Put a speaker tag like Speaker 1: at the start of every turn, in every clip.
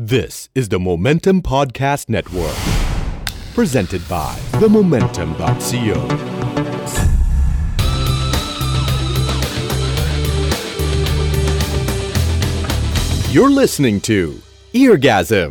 Speaker 1: This is the Momentum Podcast Network, presented by themomentum.co. You're listening to Eargasm.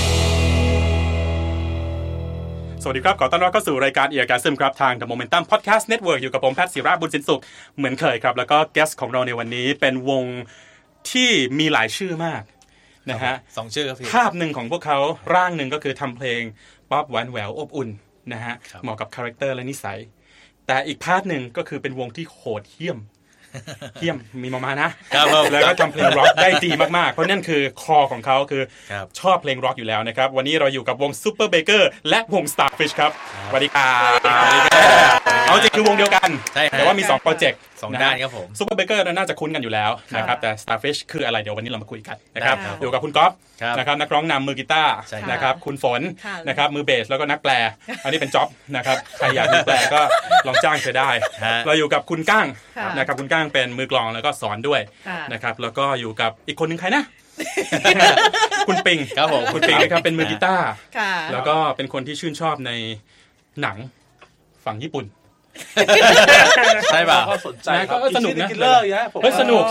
Speaker 2: สวัสดีครับขอต้อนรับเข้าสู่รายการ Eargasm ครับทาง The Momentum Podcast Network อยู่กับผมแพทย์ศิระบุญสินสุขเหมือนเคยครับแล้วก็ guest ของเราในวันนี้เป็นวงที่มีหลายชื่อมากนะฮะ
Speaker 3: 2ชื่อครับพี่
Speaker 2: ภาพหนึ่งของพวกเขาร่างหนึ่งก็คือทำเพลงป๊อปหวานแหววอบอุ่นนะฮะเหมาะกับคาแรคเตอร์และนิสัยแต่อีกพาร์ทหนึ่งก็คือเป็นวงที่โหดเหี้ยมมีมานะแล้วก็ทำเพลงร็อกได้ดีมากๆเพราะนั่นคือคอของเขาคือชอบเพลงร็อกอยู่แล้วนะครับวันนี้เราอยู่กับวง Super Baker และวง Starfish ครับสวัสดีครับเอาจริงคือวงเดียวกันแต่ว่ามี2โปรเจกต์
Speaker 3: 2ด้านครับผม
Speaker 2: Super Baker น่าจะคุ้นกันอยู่แล้วนะครับแต่ Starfish คืออะไรเดี๋ยววันนี้เรามาคุยกันนะครับอยู่กับคุณก๊อฟนะครับนักร้องนำมือกีตาร์นะครับคุณฝนนะครับมือเบสแล้วก็นักแปลอันนี้เป็นจ็อบนะครับใครอยากมือแปลก็ลองจ้างเธอได้เราอยู่กับคุณก้างนะครับคุณก้างเป็นมือกลองแล้วก็สอนด้วยนะครับแล้วก็อยู่กับอีกคนนึงใครนะคุณปิง
Speaker 3: ครับผม
Speaker 2: คุณปิงนะครับเป็นมือกีตาร์แล้วก็เป็นคนที่ชื่นชอบในหนังฝั่งญี่ปุ่น
Speaker 3: ใช่ป่ะ
Speaker 4: ก็สนใจ
Speaker 2: ก็สนุกนะ
Speaker 4: เฮ้ย
Speaker 2: สนุก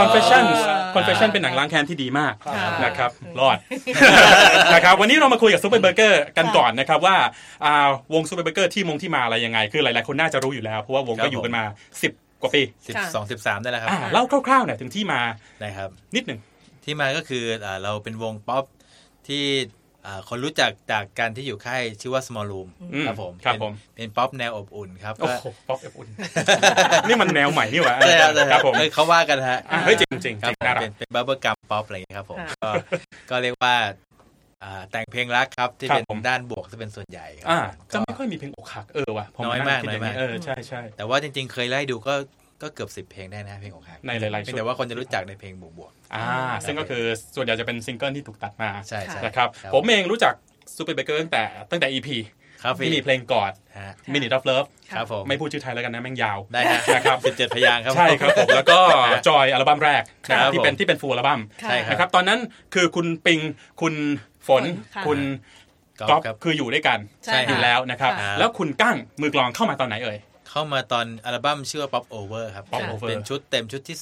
Speaker 2: Confession เป็นหนังล้างแค้นที่ดีมากนะครับรอดนะครับวันนี้เรามาคุยกับ Super Baker กันก่อนนะครับว่าวง Super Baker ที่มาอะไรยังไงคือหลายๆคนน่าจะรู้อยู่แล้วเพราะว่าวงก็อยู่กันมา10กว่าปี
Speaker 3: 12 13ได้แล้วครับ
Speaker 2: เล่าคร่าวๆหน่อยถึงที่มา
Speaker 3: นะครับ
Speaker 2: นิดนึง
Speaker 3: ที่มาก็คือเราเป็นวงป๊อปที่คนรู้จักจากการที่อยู่ค่ายชื่อว่า Small Room ครับผมเป็นป๊อปแนวอบอุ่นครับ
Speaker 2: โอ้โหป๊อปอบอุ่นนี่มันแนวใหม่นี่หว่า
Speaker 3: ครับผมเขาว่ากันฮะ
Speaker 2: เฮ้ยจริงๆ
Speaker 3: เป็นบับเบิ้ลกัมป๊อปอะไรอย่างเงี้ยครับผมก็เรียกว่าแต่งเพลงรักครับที่เป็นด้านบวกที่เป็นส่วนใหญ่
Speaker 2: จะไม่ค่อยมีเพลงอกหักว่ะ
Speaker 3: น้อยมาก
Speaker 2: ใช่
Speaker 3: แต่ว่าจริงๆเคยไล่ดูก็เกือบ10เพลงได้นะเพลงอกหัก
Speaker 2: ในหลายๆชุด
Speaker 3: แต่ว่าคนจะรู้จักในเพลงบวก
Speaker 2: ซึ่งก็คือส่วนใหญ่จะเป็นซิงเกิลที่ถูกตัดมา
Speaker 3: ใช่
Speaker 2: นะครับผมเองรู้จัก Super Baker ตั้งแต่ EP ที่มีเพลงกอด Minute of Love ไม่พูดชื่อไทยแล้วกันนะแม่งยาว
Speaker 3: ได้นะครับ17พยางค์ครับ
Speaker 2: ใช่ครับผมแล้วก็ Joy อัลบั้มแรกนะครับที่เป็นฟูลอัลบั้มนะครับตอนนั้นคือคุณปิงคุณฝนคุณก๊อฟคืออยู่ด้วยกันอยู่แล้วนะครับแล้วคุณกั้งมือกลองเข้ามาตอนไหนเอ่ย
Speaker 3: เข้ามาตอนอัลบั้มชื่อว่า Pop Over ครับเป็นชุดเต็มชุดที่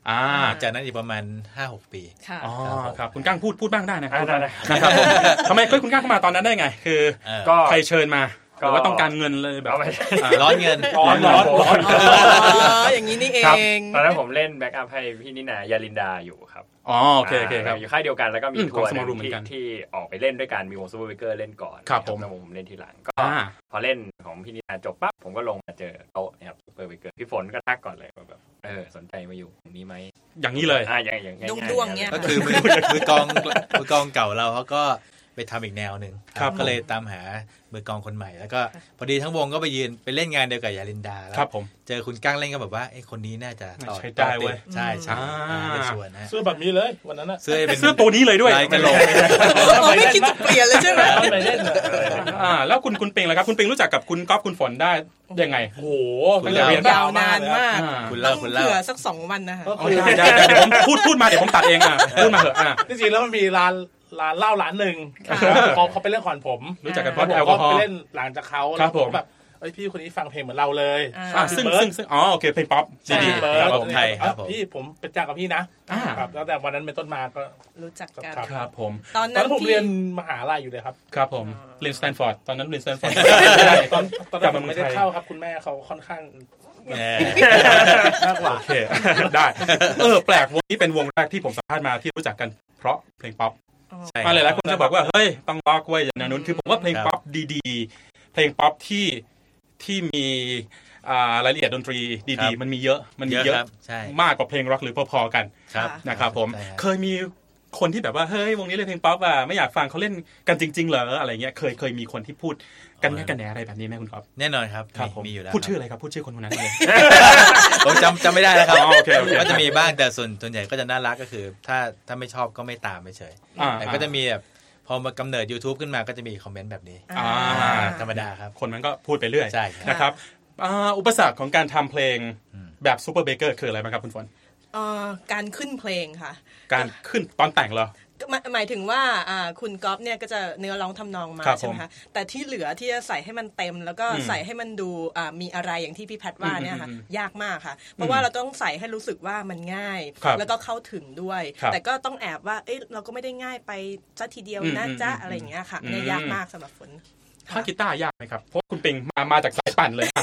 Speaker 3: 3จากนั้นอีกประมาณ 5-6 ปี
Speaker 2: อ๋อครับคุณก้างพูดบ้างได้นะครับนะครับทำไมคุณก้างเข้ามาตอนนั้นได้ไงคือใครเชิญมาหรือว่าต้องการเงินเลยแบบ
Speaker 3: ร้อนเงิน
Speaker 4: ร้อน
Speaker 5: อย่างนี้นี่เอง
Speaker 4: ตอนนั้นผมเล่นแบ็คอัพให้พี่นิน่ายาลินดาอยู่ครับ
Speaker 2: อ๋อโอเคครับ
Speaker 4: อยู่ค่ายเดียวกันแล้วก็มีทัวร์ที่ออกไปเล่นด้วยกันมีวง Super Baker เล่นก่อน
Speaker 2: ครับผม
Speaker 4: เล่นทีหลังก็พอเล่นของพี่นิน่าจบปั๊บผมก็ลงมาเจอโต๊ะนะครับ Super Baker พี่ฝนก็ทักก่อนเลยแบบสนใจมาอยู่ตรงนี้ไหม
Speaker 2: อย่างนี้เลย
Speaker 4: อย่าง
Speaker 5: ด้วงเนี่ย
Speaker 3: ก็คือมือกองเก่าเราเขาก็ไปทำอีกแนวนึงก็เลยตามหามือกองคนใหม่แล้วก็พอดีทั้งวงก็ไปเล่นงานเดียวกับยาลินดาแล้วเจอคุณก้างเล่นก็แบบว่าคนนี้น่าจะ
Speaker 2: ต่อได้เว้ย
Speaker 3: ใช่เป็นส่วนนะ
Speaker 4: เสื้อแบบนี้เลยวันนั้น
Speaker 2: เสื้อตัวนี้เลยด้วย
Speaker 3: กระโหลก
Speaker 5: ไม่คิดจะเปลี่ยนเลยใช่ไหม
Speaker 2: แล้วคุณปิงล่ะครับคุณปิงรู้จักกับคุณก๊อฟคุณฝนได้ยังไง
Speaker 4: โอ้โห
Speaker 5: ยาวนานมาก
Speaker 3: คุณเล่า
Speaker 5: เผื่อสัก2วันนะคะ
Speaker 2: เดี๋ยวผมพูดมาเดี๋ยวผมตัดเองพูดมาเถอะ
Speaker 4: จริงๆแล้วมันมีร้านเหล้าร้านหนึ่งเขาไปเล่นก่อนผม
Speaker 2: รู้จักกันเพราะแอลกอฮอล์
Speaker 4: ไปเล่นหลังจากเขาแล้วผมแบบพี่คนนี้ฟังเพลงเหมือนเราเลย
Speaker 2: ซึ่งโอเคเพลงป๊อป
Speaker 3: ดีครับผมไทยครับ
Speaker 4: พี่ผมเป็นจ้างกับพี่นะครับแล้วแต่วันนั้นเป็นต้นมาก็
Speaker 5: รู้จักกัน
Speaker 2: ครับผม
Speaker 5: ตอนนั้น
Speaker 4: ผมเรียนมหาลัยอยู่เลยครับ
Speaker 2: ครับผมเรียนสแตนฟอร์ดตอนนั้นเรียนสแตนฟอร์ด
Speaker 4: ตอนนั้นไม่ได้เข้าครับคุณแม่เขาค่อนข้าง
Speaker 2: มากกว่าโอเคได้แปลกวงนี้เป็นวงแรกที่ผมสัมภาษณ์มาที่รู้จักกันเพราะเพลงป๊อปหลายๆคนจะบอกว่าเฮ้ยต้องล็อกไว้อย่างนั้นคือผมว่าเพลงป๊อปดีๆเพลงป๊อปที่มีรายละเอียดดนตรีดีๆมันมีเยอะมากกว่าเพลงร็อกหรือพอๆกันนะครับผมเคยมีคนที่แบบว่าเฮ้ยวงนี้เล่นเพลงป๊อปไม่อยากฟังเขาเล่นกันจริงๆเหรออะไรเงี้ยเคยมีคนที่พูดกันแหนอะไรแบบนี้ไหมคุณก๊อฟ
Speaker 3: แน่นอนครับมีอยู่แล้ว
Speaker 2: พูดชื่ออะไรครับพูดชื่อคนนั้นเลย
Speaker 3: ผมจำไม่ได้แล้วครับโอเคก็จะมีบ้างแต่ส่วนใหญ่ก็จะน่ารักก็คือถ้าไม่ชอบก็ไม่ตามเฉยแต่ก็จะมีแบบพอมากำเนิด YouTube ขึ้นมาก็จะมีคอมเมนต์แบบนี้ธรรมดาครับ
Speaker 2: คนมันก็พูดไปเรื่อยนะครับอุปสรรคของการทำเพลงแบบ Super Baker คืออะไรบ้างครับคุณฝน
Speaker 5: การขึ้นเพลงค่ะ
Speaker 2: การขึ้นตอนแต่งเหรอ
Speaker 5: หมายถึงว่าคุณก๊อฟเนี่ยก็จะเนื้อร้องทำนองมาใช่ไหมคะแต่ที่เหลือที่จะใส่ให้มันเต็มแล้วก็ใส่ให้มันดูมีอะไรอย่างที่พี่แพทว่าเนี่ยค่ะยากมากค่ะเพราะว่าเราต้องใส่ให้รู้สึกว่ามันง่ายแล้วก็เข้าถึงด้วยแต่ก็ต้องแอบว่าเอ้ยเราก็ไม่ได้ง่ายไปซะทีเดียวนะจ๊ะอะไรอย่างเงี้ยค่ะเนี่ยยากมากสำหรับฝน
Speaker 2: ถ้ากีตาร์ยากไหมครับเพราะคุณปิงมาจากสายปั่นเลย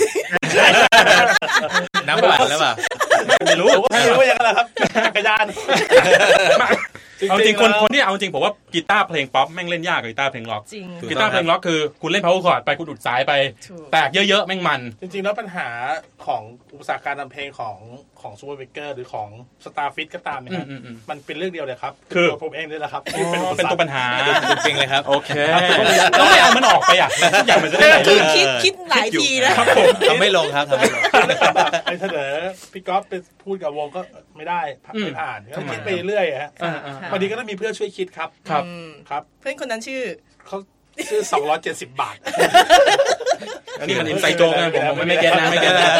Speaker 3: น้ำปั่นแล้วป่ะ
Speaker 2: ไม่รู้
Speaker 6: ยังไงล่ะครับจักรยาน
Speaker 2: เอาจริงคนที่เอาจริงผมว่ากีตาร์เพลงป๊อปแม่งเล่นยากกว่ากีตาร์เพลงร็อกกีตาร์เพลงร็อกคือคุณเล่น power chord ไปคุณอุดสายไปแตกเยอะๆแม่งมัน
Speaker 6: จริงๆแล้วปัญหาของอุปสรรคการทำเพลงของซูเปอร์เบเกอร์หรือของสตาร์ฟิตก็ตามนะครับมันเป็นเรื่องเดียวเลยครับคือผมเองนี่แหละครับ
Speaker 2: เป็นตัวปัญหา
Speaker 3: จริงเลยครับ
Speaker 2: โอเคต้องไม่เอามันออกไปทุกอย่างมันจะได้
Speaker 5: คิดหลายทีนะ
Speaker 3: ทำไม่ลงครับทำไม่ลง
Speaker 6: ไอ้เสนอพี่ก๊อฟไปพูดกับวงก็ไม่ได้ไม่ผ่านก็คิดไปเรื่อยฮะบางทีก็ต้องมีเพื่อนช่วยคิดครับครับ
Speaker 5: เพื่อนคนนั้นชื่อ
Speaker 6: 270 บาท
Speaker 2: อันนี้มันอินไซโจกนะผมไม่เก็ตนะ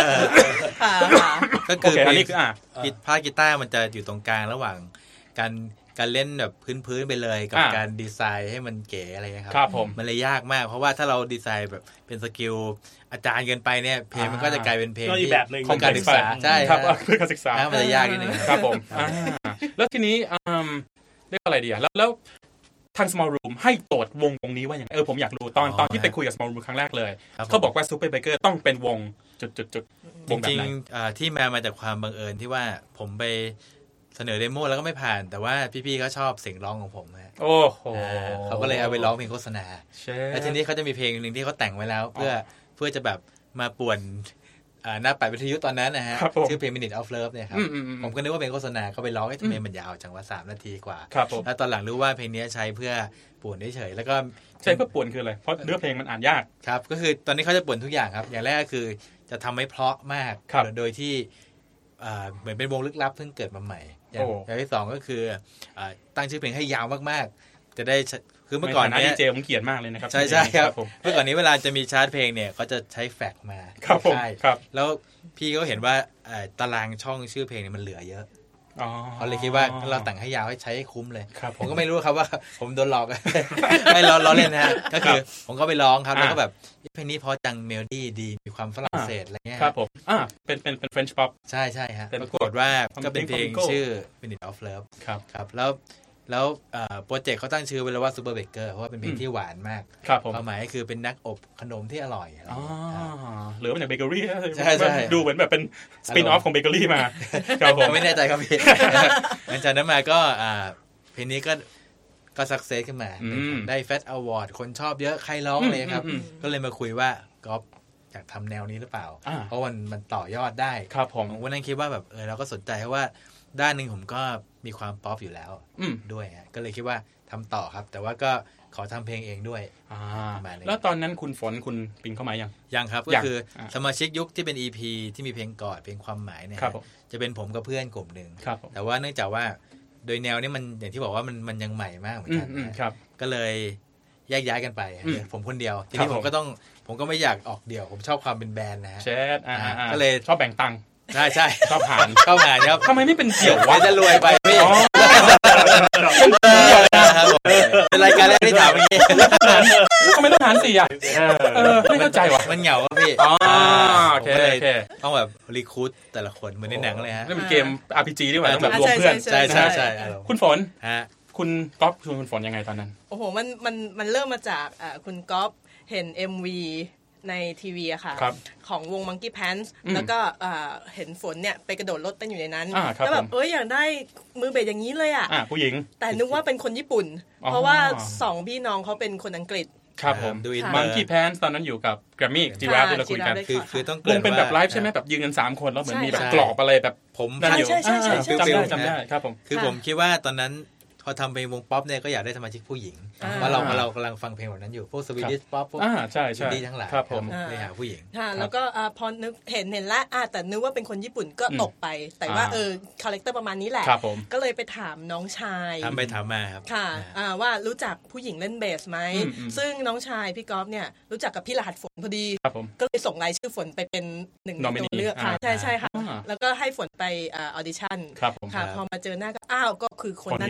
Speaker 3: ก็คืออันนี้คือผ้ากีตาร์มันจะอยู่ตรงกลางระหว่างการเล่นแบบพื้นไปเลยกับการดีไซน์ให้มันเก๋อะไรครับมันเลยยากมากเพราะว่าถ้าเราดีไซน์แบบเป็นสกิลอาจารย์เกินไปเนี่ยเพลงมันก็จะกลายเป็นเพลงที่ของการศึกษาใช่
Speaker 2: ครับเพื่อการศึกษา
Speaker 3: มันจะยากนิดนึง
Speaker 2: ครับผมแล้วทีนี้เรียกอะไรดีแล้วทาง Small Room ให้โจทย์วงนี้ว่าอย่างไรผมอยากรู้ตอนที่ไปคุยกับ Small Room ครั้งแรกเลยเขาบอกว่า Super Baker ต้องเป็นวงจุด
Speaker 3: วงแบบไหนที่มาจากความบังเอิญที่ว่าผมไปเสนอเดโมแล้วก็ไม่ผ่านแต่ว่าพี่ๆเขาชอบเสียงร้องของผมฮะ
Speaker 2: โอ้โห
Speaker 3: เขาก็เลยเอาไปร้องเพลงโฆษณาแล้วทีนี้เขาจะมีเพลงนึงที่เขาแต่งไว้แล้วเพื่อจะแบบมาป่วนหน้าปัดวิทยุตอนนั้นนะฮะชื่อเพลง Minute of Love เนี่ยครับผมก็นึกว่าเป็นโฆษณาเขาไปร้องทำไมมันยาวจังว่า3 นาทีกว่าแล้วตอนหลังรู้ว่าเพลงนี้ใช้เพื่อป่วนเฉยๆแล้วก็
Speaker 2: ใช้เพื่อป่วนคืออะไรเพราะเนื้อเพลงมันอ่านยาก
Speaker 3: ครับก็คือตอนนี้เขาจะป่วนทุกอย่างครับอย่างแรกก็คือจะทำให้เพราะมากโดยที่เหมือนเป็นวงลึกลับเพิ่งเกิดมาใหม่อย่างที่2ก็คือตั้งชื่อเพลงให้ยาวมากๆจะได้คือเมื่อก่อนนี้
Speaker 2: เจผมเกลียดมากเลยนะครับ
Speaker 3: ใช่ๆครับเมื่อก่อนนี้เวลาจะมีชาร์ตเพลงเนี่ยเขาจะใช้แฟกซ์มา
Speaker 2: ใช่
Speaker 3: แล้วพี่ก็เห็นว่าตารางช่องชื่อเพลงเนี่ยมันเหลือเยอะเขาเลยคิดว่าเราแต่งให้ยาวให้ใช้ให้คุ้มเลยผมก็ไม่รู้ครับว่าผมโดนหลอกไม่เราเล่นนะฮะก็คือผมก็ไปร้องครับแล้วก็แบบเพลงนี้พอจังเมโลดี้ดีมีความฝรั่งเศสอะไรเงี้ย
Speaker 2: ครับผมเป็น French pop
Speaker 3: ใช่ๆฮะปรากฏว่าก็เป็นเพลงชื่อ Minute of Love ครับแล้วโปรเจกต์เขาตั้งชื่อไว้แล้วว่า Super Baker เพราะว่าเป็นเพลงที่หวานมากความหมายคือเป็นนักอบขนมที่อร่อย
Speaker 2: หรือมาจากเบเกอรี่
Speaker 3: ใช่
Speaker 2: ดูเหมือนแบบเป็นสปินออฟของเบเกอรี่มา
Speaker 3: ครับผมไม่แน่ใจครับพี่หลังจากนั้นมาก็เพลงนี้ก็สักเซสขึ้นมาได้เฟสอวอร์ดคนชอบเยอะใครร้องเลยครับก็เลยมาคุยว่าก๊อฟอยากทำแนวนี้หรือเปล่าเพราะมันต่อยอดได้
Speaker 2: ครับผม
Speaker 3: วันนั้นคิดว่าแบบเราก็สนใจเพราะว่าด้านนึงผมก็มีความป๊อปอยู่แล้วด้วยก็เลยคิดว่าทำต่อครับแต่ว่าก็ขอทำเพลงเองด้วย
Speaker 2: แล้วตอนนั้นคุณฝนคุณปิงเข้ามา
Speaker 3: ยังครับก็คือสมาชิกยุคที่เป็น EP ที่มีเพลงกอดเพลงความหมายเนี่ยจะเป็นผมกับเพื่อนกลุ่มหนึ่งแต่ว่าเนื่องจากว่าโดยแนวนี้มันอย่างที่บอกว่ามันยังใหม่มากเหมือนกันก็เลยแยกย้ายกันไปผมคนเดียวทีนี้ผมก็ไม่อยากออกเดี่ยวผมชอบความเป็นแบรนด์นะฮะก็เลย
Speaker 2: ชอบแบ่งตังค์
Speaker 3: ใช่
Speaker 2: ชอบหาร
Speaker 3: ครับ
Speaker 2: ทำไมไม่เป็นเดี่ยววะ
Speaker 3: จะรวยไปพี่เป็นรายการแรกที่ถามอย่างนี้
Speaker 2: ทำไมต้องหาร4อ่ะไม่เข้าใจว่ะ
Speaker 3: มันเหงาอ่ะพี่
Speaker 2: โอเค
Speaker 3: ต้องแบบรีคูดแต่ละคนเหมือนในหนังเลยฮะ
Speaker 2: นี่เป็นเกม RPG ด้วยว่ะต้องแบบรวมเพื่อน
Speaker 3: ใช่
Speaker 2: คุณฝนคุณก๊อฟชวนคุณฝนยังไงตอนนั้น
Speaker 5: โอ้โหมันเริ่มมาจากคุณก๊อฟเห็น MV ในทีวีอะค่ะของวง Monkey Pants แล้วก็เห็นฝนเนี่ยไปกระโดดรถเต้นอยู่ในนั้นแล้วแบบอยากได้มือเบสอย่างนี้เลยอะ
Speaker 2: ผู้หญิง
Speaker 5: แต่นึกว่าเป็นคนญี่ปุ่นเพราะว่า2พี่น้องเขาเป็นคนอังกฤษ
Speaker 2: ครับผมMonkey Pants ตอนนั้นอยู่กับ Grammy จีราที่เราคุยกัน
Speaker 3: คือต้อง
Speaker 2: วงเป็นแบบไลฟ์ใช่ไหมแบบยืนกัน3คนแล้วเหมือนมีแบบกรอบอะไรแบบ
Speaker 3: ผม
Speaker 5: นั่นอยู่
Speaker 2: จำได้ครับผม
Speaker 3: คือผมคิดว่าตอนนั้นพอทำเพลงวงป๊อปเนี่ยก็อยากได้สมาชิกผู้หญิงว่าเรากำลังฟังเพลงแบบนั้นอยู่พวกสวีดิชป๊อปพวก
Speaker 2: ใช่
Speaker 3: ดีทั้งหลายเลยหาผู้หญิง
Speaker 5: แล้วก็พอนึกเห็นแล้วแต่นึกว่าเป็นคนญี่ปุ่นก็ตกไปแต่ว่าคาแรคเตอร์ประมาณนี้แหละก็เลยไปถามน้องชาย
Speaker 3: ถามไปถามมาครับ
Speaker 5: ค่ะว่ารู้จักผู้หญิงเล่นเบสไหมซึ่งน้องชายพี่ก๊อฟเนี่ยรู้จักกับพี่รหัสฝนพอดีก็เลยส่งรายชื่อฝนไปเป็น1ในตัวเลือกค่ะใช่ค่ะแล้วก็ให้ฝนไปออดิชั่นค่ะพอมาเจอหน้าก็ก็คือคนนั้นนั่นแหละ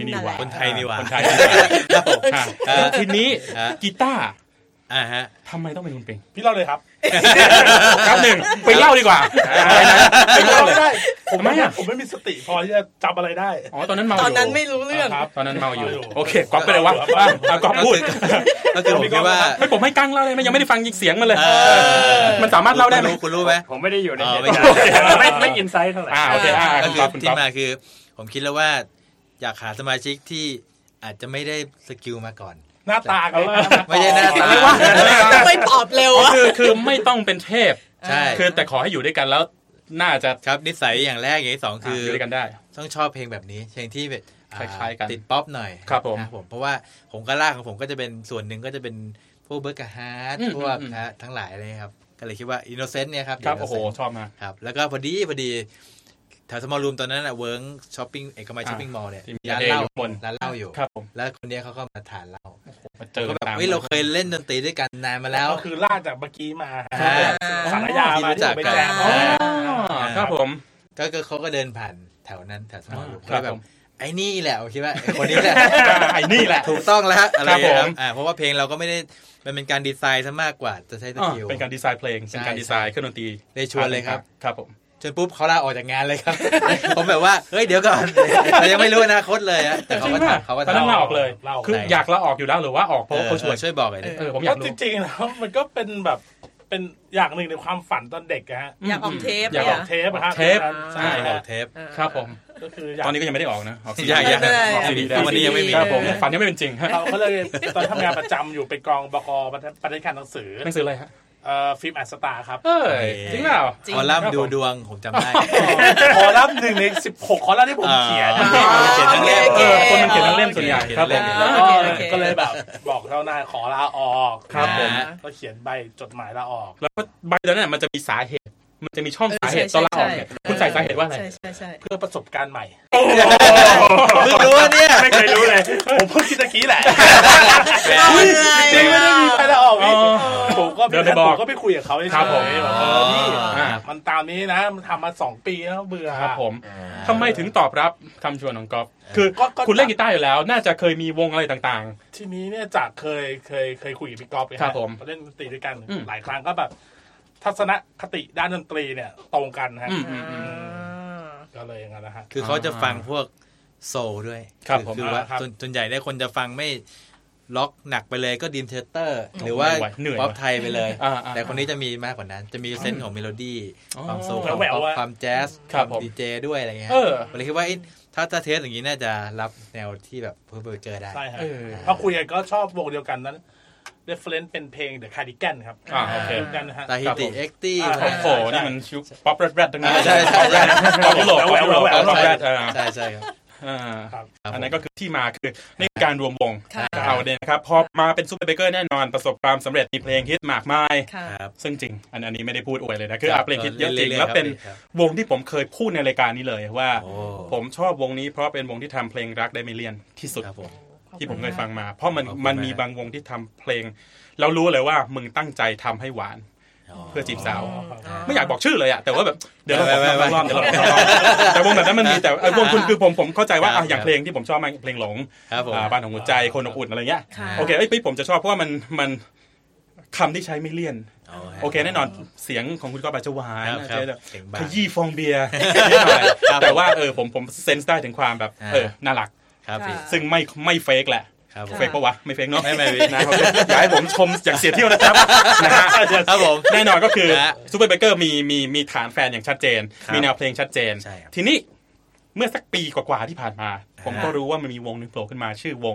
Speaker 3: คนไทยนี่หว่า
Speaker 2: คนไทยทีนี้กีตาร์ทำไมต้องเป็นคุณปิง
Speaker 6: พี่เล่าเลยครับ
Speaker 2: ครับหนึ่งไปเล่าดีกว่าอะไรนะ
Speaker 6: ไปเล่าไม่ได้ผมไม่มีสติพอที่จะจำอะไรได้
Speaker 2: อ๋อตอนนั้นเมาอยู่
Speaker 5: ตอนนั้นไม่รู้เรื่อง
Speaker 2: ตอนนั้นเมาอยู่โอเคก๊อฟไปเลยวะก๊อฟพูด
Speaker 3: ก็คือผมคิดว่า
Speaker 2: ผมให้กั้งเล่าเลยยังไม่ได้ฟังเสียงมันเลยมันสามารถเล่าได้ไหม
Speaker 3: คุณรู้ไหม
Speaker 4: ผมไม่ได้อยู่ในไม่อินไซต์เท่าไหร่
Speaker 2: โอเค
Speaker 3: ก็คือที่มาคือผมคิดแล้วว่าอยากหาสมาชิกที่อาจจะไม่ได้สกิลมาก่อน
Speaker 6: หน้าตา
Speaker 3: ไม่ใช่หน้าตา
Speaker 5: ไม่ตอบเร็ว
Speaker 2: คือไม่ต้องเป็นเทพ
Speaker 3: ใช่
Speaker 2: คือแต่ขอให้อยู่ด้วยกันแล้วน่าจะ
Speaker 3: ครับนิสัยอย่างแรกอย่างที่สองคือ
Speaker 2: อยู่ด้วยกันได้
Speaker 3: ต้องชอบเพลงแบบนี้เพลงที่แบบ
Speaker 2: คล้ายๆกัน
Speaker 3: ติดป๊อปหน่อย
Speaker 2: ครับผม
Speaker 3: เพราะว่าผมก็ลากของผมก็จะเป็นส่วนหนึ่งก็จะเป็นพวกเบิร์กฮาร์ดพวกทั้งหลายเลยครับก็เลยคิดว่าอินโนเซนต์เนี่ยครับ
Speaker 2: โอ้โหชอบมาก
Speaker 3: ครับแล้วก็พอดีแถวสมอลรูมตอนนั้นเวิร์กช้อปปิ้งเอกมัยช้อปปิ้งมอลล์เนี่ยร้านเหล้าอยู่
Speaker 2: ครับผม
Speaker 3: แล้วคนนี้เขาก็มาทานเหล้า
Speaker 2: ก็
Speaker 3: แบบเราเคยเล่นดนตรีด้วยกันนานมาแล้ว
Speaker 6: คือลากจากเมื่อกี้มาสารยามา
Speaker 3: จาก
Speaker 6: ไปแจม
Speaker 2: ครับผม
Speaker 3: ก็เขาก็เดินผ่านแถวนั้นแถวสมอลรูมก็แบบไอ้นี่แหละผมคิดว่าคนนี้แหละ
Speaker 2: ไอ้นี่แหละ
Speaker 3: ถูกต้องแล้วอะไรครับเพราะว่าเพลงเราก็ไม่ได้มันเป็นการดีไซน์ซะมากกว่าจะใช้สกิล
Speaker 2: เป็นการดีไซน์เพลงเป็นการดีไซน์เครื่องดนตรี
Speaker 3: ได้ชวนเลยครับ
Speaker 2: ครับผม
Speaker 3: จนปุ๊บเขาลาออกจากงานเลยครับผมแบบว่าเฮ้ยเดี๋ยวก่อนเรายังไม่รู้อนาคตเลยแต่เขาก็
Speaker 2: ตอนนั้นลาออกเลยคืออยากลาออกอยู่แล้วหรือว่าออกเพราะเขาช่
Speaker 3: วยบอกหน่อย
Speaker 2: ผมอยากรู้
Speaker 6: จริงๆแล้วมันก็เป็นแบบเป็นอย่างหนึ่งในความฝันตอนเด็กฮะ
Speaker 5: อยากออกเทป
Speaker 6: อยากออกเทปครับ
Speaker 2: ใช่ออกเทปครับผม
Speaker 6: ก็คือ
Speaker 2: ตอนนี้ก็ยังไม่ได้ออกนะออก
Speaker 3: อยากวันนี้ยังไม่มี
Speaker 2: ครับผมฝันยังไม่เป็นจริง
Speaker 6: เขาเลยตอนทำงานประจำอยู่เป็นกองบก.ปฏิการหนังสือ
Speaker 2: อะไรฮะ
Speaker 6: ฟิล์มอัดสตาร์ครับ
Speaker 2: จริงเปล่า
Speaker 3: คอลัมน์ดูดวงผมจำได้
Speaker 6: คอลัมน์1ใน16คอลัมน์ที่ผมเขียน
Speaker 3: ทั้งเล่ม
Speaker 2: คนมันเขียนทั้งเล่มส่วนใหญ่ครับผม
Speaker 6: ก็เลยแบบบอกเจ้านายขอลาออก
Speaker 2: ครับผม
Speaker 6: ก็เขียนใบจดหมายลาออก
Speaker 2: แล้วใบนั้นมันจะมีสาเหตุมันจะมีช่องสาเหตุตอนลาออกเนี่ยคุณใส่สาเหตุว่าอะไร
Speaker 5: ใช่
Speaker 6: เพื่อประสบการณ์ใหม่
Speaker 3: เพิ่งรู้เนี่ย
Speaker 6: ไม่เคยรู้เลยผมเพิ่งคิดตะกี้แหละจริงไม่ได้มีใบลาออกผมก็ไปคุยกับเขาใช่ไหมพี่มันตามนี้นะมันทำมา2 ปีแล้วเบื่อ
Speaker 2: ครับผมทำไมถึงตอบรับคำชวนของก๊อฟคือคุณเล่นกีตาร์อยู่แล้วน่าจะเคยมีวงอะไรต่าง
Speaker 6: ๆทีนี้เนี่ยจากเคยคุยกับพี่ก๊อฟ
Speaker 2: ครับผม
Speaker 6: เล่นดนตรีด้วยกันหลายครั้งก็แบบทัศนคติด้านดนตรีเนี่ยตรงกันฮะก็เลยอย่างนั้นนะฮะ
Speaker 3: คือเขาจะฟังพวกโซลด้วยคือว่าส่วนใหญ่ได้คนจะฟังไม่ล็อกหนักไปเลยก็ดีมเทเตอร์หรือว่าป๊อปไทยไปเลยแต่คนนี้จะมีมากกว่านั้นจะมีเซนส์ของเมโลดี้ความโซลความแจ๊สดีเจด้วยอะไรเงี้ยผมเลยคิดว่าถ้าเทสอย่างนี้น่าจะรับแนวที่แบบเพิ่มเจอได้
Speaker 6: ใช่ฮะพอคุยกันก็ชอบวงเดียวกันนั้นreference เป็นเพลง The Cardigan ครับ
Speaker 2: โอเค
Speaker 6: กันนะฮะ
Speaker 3: ตาฮิติเอ็กตี้
Speaker 2: โอ้โหนี่มันชุบป๊อปแรดๆทั้งนั้น
Speaker 3: ใช่
Speaker 2: ป๊อปยุโรปป๊อปแรด
Speaker 3: ใช่
Speaker 2: ครับอันนั้นก็คือที่มาคือในการรวมวงเอาเนี่ยนะครับพอมาเป็นซูเปอร์เบเกอร์แน่นอนประสบความสำเร็จมีเพลงฮิตมากมายซึ่งจริงอันนี้ไม่ได้พูดอวยเลยนะคือเพลงฮิตเยอะจริงแล้วเป็นวงที่ผมเคยพูดในรายการนี้เลยว่าผมชอบวงนี้เพราะเป็นวงที่ทำเพลงรักได้ไม่เลี่ยนที่สุดที่ผมเคยฟังมาเพราะมันมีบางวงที่ทำเพลงเรารู้เลยว่ามึงตั้งใจทำให้หวานเพื่อจีบสาวไม่อยากบอกชื่อเลยอะแต่ว่าแบบเดี๋ยวเราบอกรอบแต่วงแบบนั้นมันมีแต่วงคุณคือผมเข้าใจว่าอย่างเพลงที่ผมชอบมากเพลงหลงบ้านของหัวใจคนอบอุ่นอะไรเงี้ยโอเคผมจะชอบเพราะว่ามันคำที่ใช้ไม่เลี่ยนโอเคแน่นอนเสียงของคุณก็แบบจะหวานขยี้ฟองเบียร์แต่ว่าผมเซนส์ได้ถึงความแบบน่ารักซึ่งไม่เฟกแหละเฟกปะวะไม่เฟกเนาะไม่นะอยากให้ผมชมอย่างเสียเที่ยวนะครับนะฮะ
Speaker 3: ครับผม
Speaker 2: แน่นอนก็คือซูเปอร์เบเกอร์มีฐานแฟนอย่างชัดเจนมีแนวเพลงชัดเจนทีนี้เมื่อสักปีกว่าๆที่ผ่านมาผมก็รู้ว่ามันมีวงนึงโผล่ขึ้นมาชื่อวง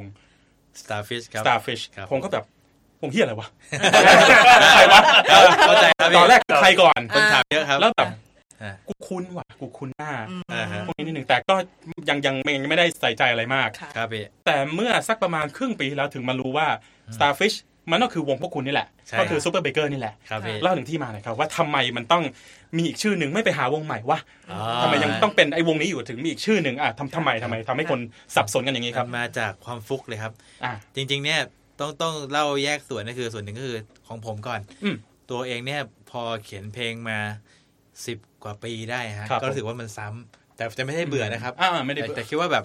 Speaker 2: Starfish ผมก็แบบวงเหี้ยอะไรวะใครวะตอนแรกใครก่อน
Speaker 3: คนถามเยอะครับ
Speaker 2: แล้วแบบกูคุ้นว่ะกูคุ้นหน้าพวกนี้นิดนึงแต่ก็ยังไม่ได้ใส่ใจอะไรมาก
Speaker 3: ครับ
Speaker 2: แต่เมื่อสักประมาณครึ่งปีแล้วถึงมารู้ว่า Starfish มันก็คือวงพวกคุณนี่แหละก็คือ Super Baker นี่แหละเล่าถึงที่มาหน่อยครับว่าทำไมมันต้องมีอีกชื่อหนึ่งไม่ไปหาวงใหม่วะทำไมยังต้องเป็นไอ้วงนี้อยู่ถึงมีอีกชื่อหนึ่งทำไมทำให้คนสับสนกันอย่างนี้ครับ
Speaker 3: มาจากความฟุกเลยครับจริงๆเนี่ยต้องเล่าแยกส่วนก็คือส่วนหนึ่งก็คือของผมก่อนตัวเองเนี่ยพอเขียนเพลงมา10 กว่าปีได้ฮะก็รู้สึกว่ามันซ้ำแต่จะไม่ได้เบื่อนะครับ
Speaker 2: ไม่ได้
Speaker 3: แต่คิดว่าแบบ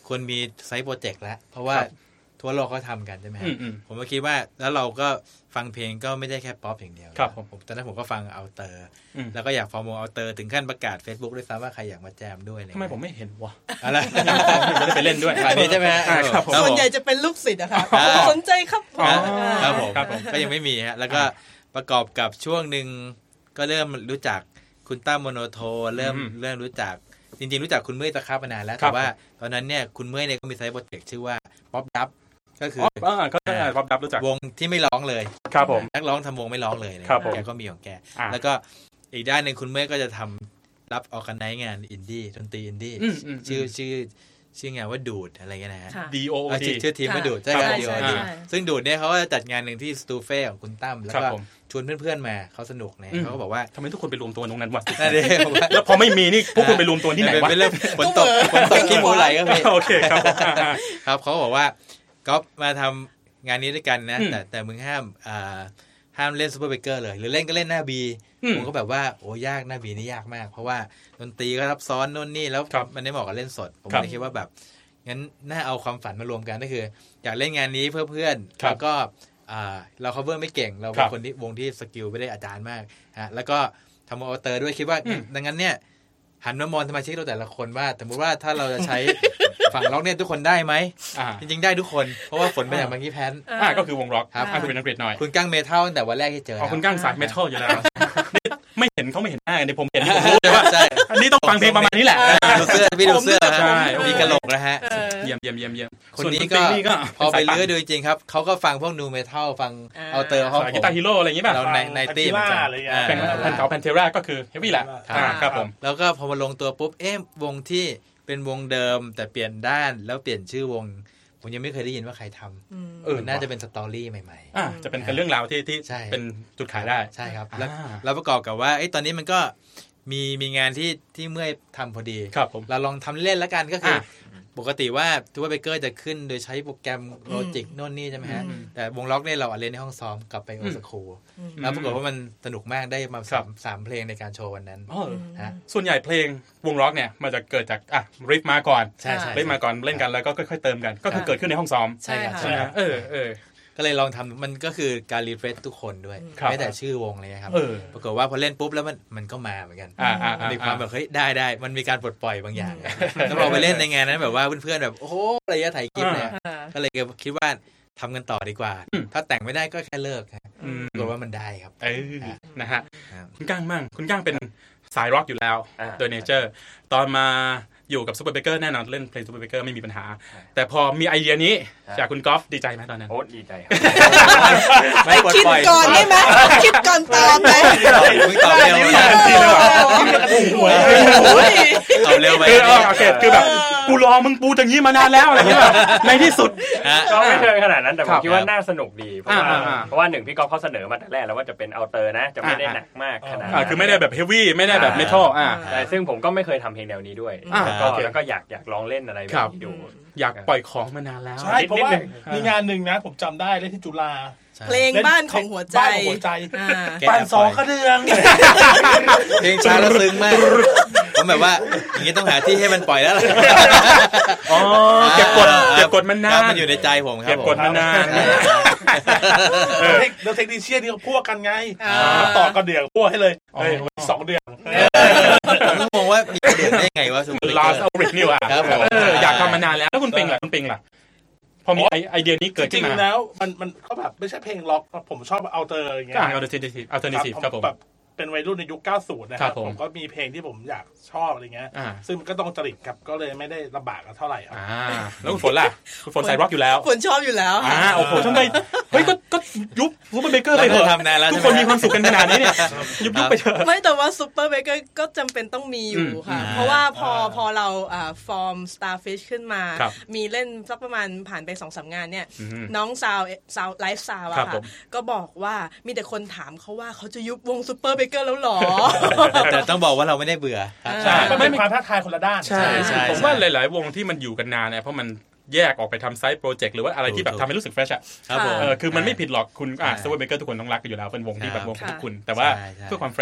Speaker 3: ควรมีไซต์โปรเจกต์แล้วเพราะว่าทั่วโลกเขาทำกันใช่ไหมผมก็คิดว่าแล้วเราก็ฟังเพลงก็ไม่ได้แค่ป๊อปอย่างเดียวผมตอนนั้นผมก็ฟังเอาเตอร์แล้วก็อยากฟอร์มวงเอาเตอร์ถึงขั้นประกาศ Facebook ด้วยซ้ำว่าใครอยากมาแจมด้วยทำ
Speaker 2: ไมผมไม่เห็นวะ
Speaker 3: อะไร
Speaker 2: ไม่ได้ไปเล่นด้วย
Speaker 3: อันนี้ใช่ไหม
Speaker 5: ส่วนใหญ่จะเป็นลูกศิษย์นะคะสนใจครับ
Speaker 3: ผมก็ยังไม่มีฮะแล้วก็ประกอบกับช่วงหนึ่งก็เริ่มรู้จักคุณตั้มโมโนโทเริ่มรู้จักจริงๆรู้จักคุณเมื่อยตะครับมานานแล้วแต่ว่าตอนนั้นเนี่ยคุณเมื่อยเนี่ยก็มีไซต์โปรเจกต์ชื่อว่าป๊อปดับก็คือ
Speaker 2: ก็ป๊อปดับรู้จัก
Speaker 3: วงที่ไม่ร้องเลย
Speaker 2: ครับผม
Speaker 3: นักร้องทำวงไม่ร้องเลยแกก็มีของแกแล้วก็อีกด้านหนึ่งคุณเมื่อยก็จะทำรับออกกันไนท์งานอินดี้ดนตรีอินดี้ชื่องานว่าดูดอะไรเงี้ยนะฮะ
Speaker 2: DOD
Speaker 3: ชื่อทีมว่าดูดใช่ครับ DOD ซึ่งดูดเนี่ยเขาก็จะจัดงานหนึ่งที่สตูเฟ่ของคุณตั้มแล้วก็ชวนเพื่อนๆมาเขาสนุกนะเขาก็บอกว่า
Speaker 2: ทำไมทุกคนไปรวมตัวตรงนั้นวะ
Speaker 3: แล้ว
Speaker 2: พอไม่มีนี่พวกคุณไปรวมตัวที่ไหนวะ
Speaker 3: เป็นเรื่องฝนตกขี้หมูไหลก็มี
Speaker 2: โอเคครับ
Speaker 3: ครับเขาบอกว่าก็มาทำงานนี้ด้วยกันนะแต่มึงห้ามเล่นซูเปอร์เบเกอร์เลยหรือเล่นก็เล่นหน้าบีผมก็แบบว่าโอ้ยากหน้าบีนี่ยากมากเพราะว่าดนตรีก็ซับซ้อนโน่นนี่แล้วมันไม่เหมาะกับเล่นสดผมเลยคิดว่าแบบงั้นน่าเอาความฝันมารวมกันก็คืออยากเล่นงานนี้เพื่อเพื่อนแล้วก็เรา cover ไม่เก่งเราเป็นคนที่วงที่สกิลไม่ได้อาจารย์มากฮะแล้วก็ทำเอาเตอร์ด้วยคิดว่าดังนั้นเนี่ยหันมามองสมาชิกเราแต่ละคนว่าสมมติว่าถ้าเราจะใช้ฝั่งร็อกเนี่ยทุกคนได้ไหมจริงๆได้ทุกคนเพราะว่าฝนเป็นอย่างบางที่แพน
Speaker 2: ก็คือวงร็อก
Speaker 3: ครับ
Speaker 2: คุณเป็นนักเรียนหน่อย
Speaker 3: คุณกั้งเมทัลตั้งแต่วันแรกที่เจอ
Speaker 2: คุณกั้งสายเมทัลอยู่แล้วไม่เห็นเขาไม่เห็นหน้าเนี่ยผมเห็นผมรู้เลยว่าอันนี้ต้องฟังเพลงประมาณนี้แหละ
Speaker 3: ดูเสื้อพี่ดูเสื้อใช่มีกระโหลกนะฮะ
Speaker 2: เยี่ยม
Speaker 3: คนนี้ก็พอไปเลื้อยดูจริงครับเขาก็ฟังพวกนูเมทัลฟังเอาเตอร์ห้อง
Speaker 2: กีตาร์ฮีโร่อะไรอย่างงี้ป่ะ
Speaker 3: เราในตี้เหมือนกัน
Speaker 2: เป็นแผ่นเก่าแผ่นเทราก็คือเฮฟวี่แหละครับผม
Speaker 3: แล้วก็พอมาลงตัวปุ๊บวงที่เป็นวงเดิมแต่เปลี่ยนด้านแล้วเปลี่ยนชื่อวงผมยังไม่เคยได้ยินว่าใครทำน่าจะเป็นสตอรี่ใหม่
Speaker 2: ๆจะเป็นเรื่องราวที่เป็นจุดขายได้
Speaker 3: ใช่ครับแล้วประกอบกับว่าตอนนี้มันก็มีงานที่เมื่อยทำพอดีเราลองทำเล่นแล้วกันก็คือปกติว่าทูบเบเกอร์จะขึ้นโดยใช้โปรแกรมโลจิกโน่นนี่ใช่ไหมฮะแต่วงล็อกเนี่ยเราเล่นในห้องซ้อมกลับไปโอสคูแล้วปรากฏว่ามันสนุกมากได้มา3เพลงในการโชว์วันนั้น
Speaker 2: ส่วนใหญ่เพลงวงล็อกเนี่ยมันจะเกิดจากริฟมาก่อนริฟมาก่อนเล่นกันแล้วก็ค่อยๆเติมกันก็คือเกิดขึ้นในห้องซ้อม
Speaker 3: ใช่ครับก็เลยลองทำมันก็คือการรีเฟรชทุกคนด้วยไม่แต่ชื่อวงเลยครับปรากฏว่าพอเล่นปุ๊บแล้วมันก็มาเหมือนกันมีความแบบเฮ้ยได้มันมีการปลดปล่อยบางอย่างแล้วเราไปเล่นในงานนั้นแบบว่าเพื่อนๆแบบโอ้โหอะไรถ่ายคลิปเนี่ยก็เลยคิดว่าทำกันต่อดีกว่าถ้าแต่งไม่ได้ก็แค่เลิกปรากฏว่ามันได้ครับ
Speaker 2: นะฮะคุณก้างมั่งคุณก้างเป็นสายร็อกอยู่แล้วโดยเนเจอร์ตอนมาอยู่กับซูเปอร์เบเกอร์แน่นอนเล่นเพลงซูเปอร์เบเกอร์ไม่มีปัญหาแต่พอมีไอเดียนี้จากคุณกอล์ฟดีใจไหมตอนนั้น
Speaker 4: โอ้ดีใจครับ
Speaker 5: ไม่คิดก่อนได้ไหมคิดก่อนตอบไหม
Speaker 3: ตอบเร็ว
Speaker 2: เอาเร็วไปคือแบบกูรอมึงปูอย่างนี้มานานแล้วอะไรเงี้ยในที่สุด
Speaker 4: ก็ไม่เชิงขนาดนั้นแต่ผมคิดว่าน่าสนุกดีเพราะว่าหนึ่งพี่กอล์ฟเขาเสนอมาแต่แรกแล้วว่าจะเป็นเอาเตอร์นะจะไม่ได้หนักมากขนาด
Speaker 2: คือไม่ได้แบบเฮฟวี่ไม่ได้แบบเมทัล
Speaker 4: แต่ซึ่งผมก็ไม่เคยทำเพลงแนวนี้ด้วยแล้วก็อยากลองเล่นอะไรแบบนี้ดู
Speaker 2: อยากปล่อยของมานานแล้ว
Speaker 6: ใช่เพราะว่ามีงานหนึ่งนะผมจำได้เล่นที่จุฬา
Speaker 5: เพลงบ้านของหัวใจ
Speaker 6: บ้านสองกระเดือง
Speaker 3: เพลงช้าแล้วซึ้งมากผมแบบว่าอย่างนี้ต้องหาที่ให้มันปล่อยแล้วล่ะ
Speaker 2: เก็บกดมันนาน
Speaker 3: มันอยู่ในใจผมครับ
Speaker 2: เก็บกดมันนาน
Speaker 6: แล้วเทคนิคเชียนี่เขาพวกกันไงต่อกระเดืองพวกให้เลย2 เดือน
Speaker 3: ผมก็งงว่ามีกระเดืองได้ไงวะซูเปอร์
Speaker 2: Last Outbreak นี่ว่ะอยากทำมานานแล้วแล้วคุณปิงล่ะพอมีไอเดียนี้เกิดขึ้นมา
Speaker 6: จริงๆแล้วมันก็แบบไม่ใช่เพลงล็อกผมชอบเอาเตอร์อย่างเงี้ย
Speaker 2: อัลเทอร์เนทีฟครับผม
Speaker 6: เป็นวัยรุ่นในยุค90นะครับผมก็มีเพลงที่ผมอยากชอบอะไรเงี้ยซึ่งมันก็ต้องจริตครับก็เลยไม่ได้ลำบากเท่าไหร่ครับ
Speaker 2: แล้วคุณฝนล่ะคุณฝนใส่ร็อกอยู่แล้ว
Speaker 5: ฝนชอบอยู่แล้ว
Speaker 2: โอ้โหทำไมเฮ้ยก็ยุบซูเปอร์เบเกอร์ไปเถอะทุกคนมีความสุขกันขนาดนี้เนี่ยยุบไปเถอะ
Speaker 5: ไม่แต่ว่าซูเปอร์เบเกอร์ก็จำเป็นต้องมีอยู่ค่ะเพราะว่าพอเราฟอร์ม Starfish ขึ้นมามีเล่นสักประมาณผ่านไป 2-3 งานเนี่ยน้องซาวไลฟ์ซาวอะค่ะก็บอกว่ามีแต่คนถามเขาว่าเขาจะยุบวงซูเปอร์เบเกอร์แล้วหรอ
Speaker 3: แต่ต้องบอกว่าเราไม่ได้เบื่อ
Speaker 6: ใช่มันเป็นความท้าทายคนละด้าน
Speaker 2: ใช่ผมว่าหลายๆวงที่มันอยู่กันนานเนี่ยเพราะมันแยกออกไปทำไซต์โปรเจกต์หรือว่าอะไรที่แบบทำให้รู้สึกเฟรชอ่ะคือมันไม่ผิดหรอกคุณซูเปอร์เบเกอร์ทุกคนต้องรักกันอยู่แล้วเป็นวงที่แบบวงของทุกคุณแต่ว่าเพื่อความเฟรช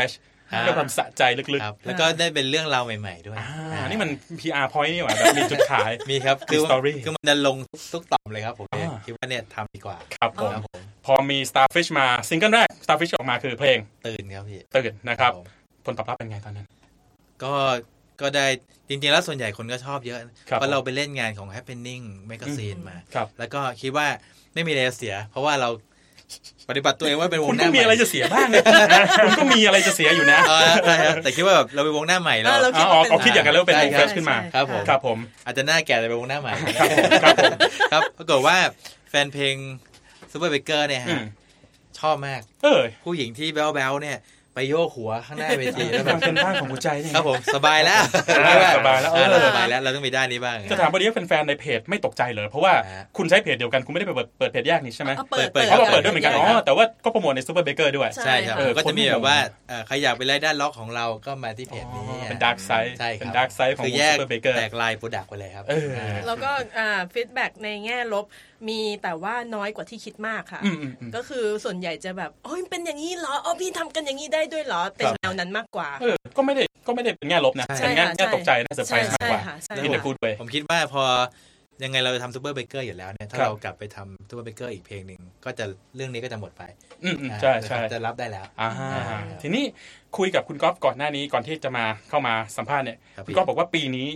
Speaker 2: ก็ความสะใจลึก
Speaker 3: ๆแล้วก็ได้เป็นเรื่องราวใหม่ๆด้วย
Speaker 2: นี่มัน PR point นี่หว่าแบบมีจุดขาย
Speaker 3: มีครับคือมันจะลงทุกต่อมเลยครับผมคิดว่าเนี่ยทำดีกว่า
Speaker 2: ครับผมพอมี Starfish มาซิงเกิลแรก Starfish ออกมาคือเพลง
Speaker 3: ตื่นครับพี่
Speaker 2: ตื่นนะครับผลตอบรับเป็นไงตอนนั้น
Speaker 3: ก็ได้จริงๆแล้วส่วนใหญ่คนก็ชอบเยอะเพราะเราไปเล่นงานของ Happening Magazine มาแล้วก็คิดว่าไม่มีอะไรเสียเพราะว่าเราปฏิบัติตัวเองว่าเป็นวงหน้าใหม่
Speaker 2: คุณก็มีอะไรจะเสียบ้างนะคุณก็มีอะไรจะเสียอยู่นะ
Speaker 3: ใช่ครับแต่คิดว่าแบบเราเป็นวงหน้าใหม่แล้ว
Speaker 2: เอาคิดอย่างนั้นแล้วเป็นวงเฟรชขึ้นมา
Speaker 3: ครับผมอาจจะหน้าแก่แต่เป็นวงหน้าใหม่ครับปรากฏว่าแฟนเพลงซูเปอร์เบเกอร์เนี่ยฮะชอบมากผู้หญิงที่แบ๊วๆเนี่ยไปโยกหัวข้างหน้าเวทีแล้ว
Speaker 2: แบบเป็นบ้านของหัวใจนี่
Speaker 3: ครับผมสบายแล้ว
Speaker 2: สบายแล้ว
Speaker 3: เราต้องมีด้านนี้บ้าง
Speaker 2: จะถามว่านี้แฟนๆในเพจไม่ตกใจเลยเพราะว่าคุณใช้เพจเดียวกันคุณไม่ได้ไปเปิดเพจแยกนี่ใช่ไหม
Speaker 5: เปิด
Speaker 2: ด้วยเหมือนกันแต่ว่าก็โปรโมทในซูเปอร์เบเกอร์ด้วย
Speaker 3: ใช่ครับก็จะมีแบบว่าใครอยากไปไล่ด้านล็อกของเราก็มาที่เพจนี้
Speaker 2: เป็นดาร์กไซด์เป็นดาร์กไซด์ของซูเปอร์เบเกอร์
Speaker 3: แตกลายโปรดักต์ไปเลยครับ
Speaker 5: แล้วก็ฟีดแบ็กในแง่ลบมีแต่ว่าน้อยกว่าที่คิดมากค่ะก็คือส่วนใหญ่จะแบบโอ้ยเป็นอย่างนี้เหรอพี่ทำกันอย่างนี้ได้ด้วยเหรอเป็นแนวนั้นมากกว่า
Speaker 2: ก็ไม่ได้เป็นแง่ลบนะเป็นแง่ตกใจนะเซอร์ไพรส์มากกว่าที่ในพูดไป
Speaker 3: ผมคิดว่าพอยังไงเราทำซูเปอร์เบเกอร์อยู่แล้วเนี่ยถ้าเรากลับไปทำซูเปอร์เบเกอร์อีกเพลงหนึ่งก็จะเรื่องนี้ก็จะหมดไป
Speaker 2: ใช่
Speaker 3: จะรับได้แล้ว
Speaker 2: ทีนี้คุยกับคุณก๊อฟก่อนหน้านี้ก่อนที่จะมาเข้ามาสัมภาษณ์เนี่ยคุณก๊อฟบอกว่าปีนี้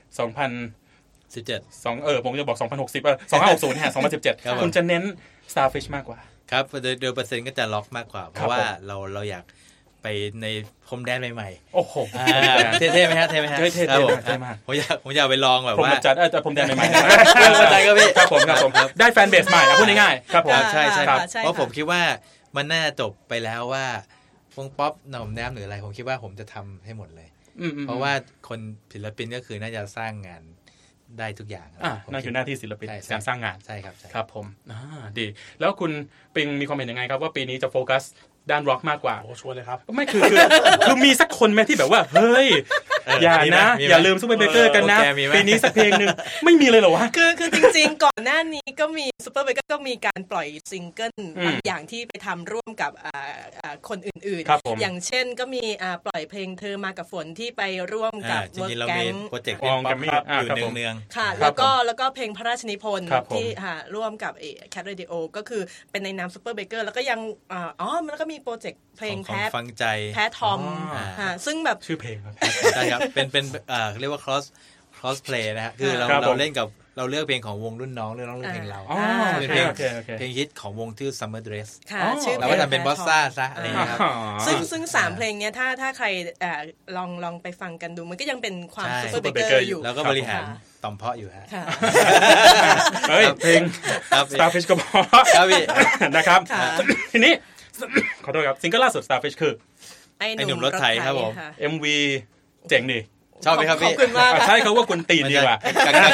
Speaker 2: ผมจะบอก2060 2560ฮะ2017คุณจะเน้น Starfish มากกว่า
Speaker 3: ครับโดยเปอร์เซ็นต์ก็จะล็อกมากกว่าเพราะว่าเราอยากไปในพรมแดนใหม่
Speaker 2: ๆโอ้โห
Speaker 3: เท่ๆมั้ยฮะเท่มั้ยฮะ
Speaker 2: เท่มาก
Speaker 3: ผมอยากไปลองแบบว่า
Speaker 2: พรมแดนใหม่ๆ
Speaker 3: เข้าใจก็พี่
Speaker 2: ครับผมได้แฟนเบสใหม่พูดง่ายๆครับผม
Speaker 3: ใช่ๆเพราะผมคิดว่ามันน่าจบไปแล้วว่าวงป๊อปหน่อมแนมหรืออะไรผมคิดว่าผมจะทำให้หมดเลยเพราะว่าคนศิลปินก็คือน่าจะสร้างงานได้ทุกอย่าง
Speaker 2: นั่นคือหน้าที่ศิลปินการสร้างงาน
Speaker 3: ใช่ครับ
Speaker 2: ครับผมดีแล้วคุณปิงมีความเห็นยังไงครับว่าปีนี้จะโฟกัสด้านร็อกมากกว่า
Speaker 6: โอ้ชวนเลยครับ
Speaker 2: ไม่คือมีสักคนไหมที่แบบว่าเฮ้ยอย่านะอย่าลืมซูเปอร์เบเกอร์กันนะปีนี้สักเพลงนึงไม่มีเลยเหรอวะ
Speaker 5: คือจริงๆก่อนหน้านี้ก็มีซูเปอร์เบเกอร์ก็มีการปล่อยซิงเกิลบางอย่างที่ไปทำร่วมกับคนอื่นๆอย่างเช่นก็มีปล่อยเพลงเธอมากับฝนที่ไปร่วมกับ
Speaker 3: เวิร์กแก๊ง
Speaker 2: โปรเจกต์
Speaker 3: อยู่เนือง
Speaker 5: ๆค่ะแล้วก็เพลงพระราชนิพนธ์ที่ร่วมกับCat Radio ก็คือเป็นในนามซูเปอร์เบเกอร์แล้วก็ยังมันก็มีโปรเจกต์เพลง
Speaker 3: ฟังใจ
Speaker 5: แพ้ทอมซึ่งแบบ
Speaker 2: ชื่อเพลงครับ
Speaker 3: ใช่ครับเป็นเรียกว่า cross play นะฮะคือเราเล่นกับเราเลือกเพลงของวงรุ่นน้องเลือกรุ่นเพลงเราเป็นเพลงฮิตของวงชื่อ Summer Dress เราก็ทำเป็นบอสซ่าซะอะไรอย่างเงี้ยครับ
Speaker 5: ซึ่ง3เพลงเนี้ยถ้าใครลองไปฟังกันดูมันก็ยังเป็นความซูเปอร์เบเกอร์อยู่
Speaker 3: แล้วก็บริหารต่อมเพาะอยู่ฮะ
Speaker 2: เฮ้ยเพลง Starfish ก็พอ
Speaker 3: ครับพี่
Speaker 2: นะครับทีนี้ขอโทษครับซิงเกิลล่าสุด Starfish คือ
Speaker 5: ไอ้หนุ่มรถไถ
Speaker 3: ครับผม
Speaker 2: MV เจ๋งดิ
Speaker 3: ชอบไหมครับพี่
Speaker 5: ขอบคุณมาก
Speaker 2: ใช่เขาว่าคุณตีนดีกว่า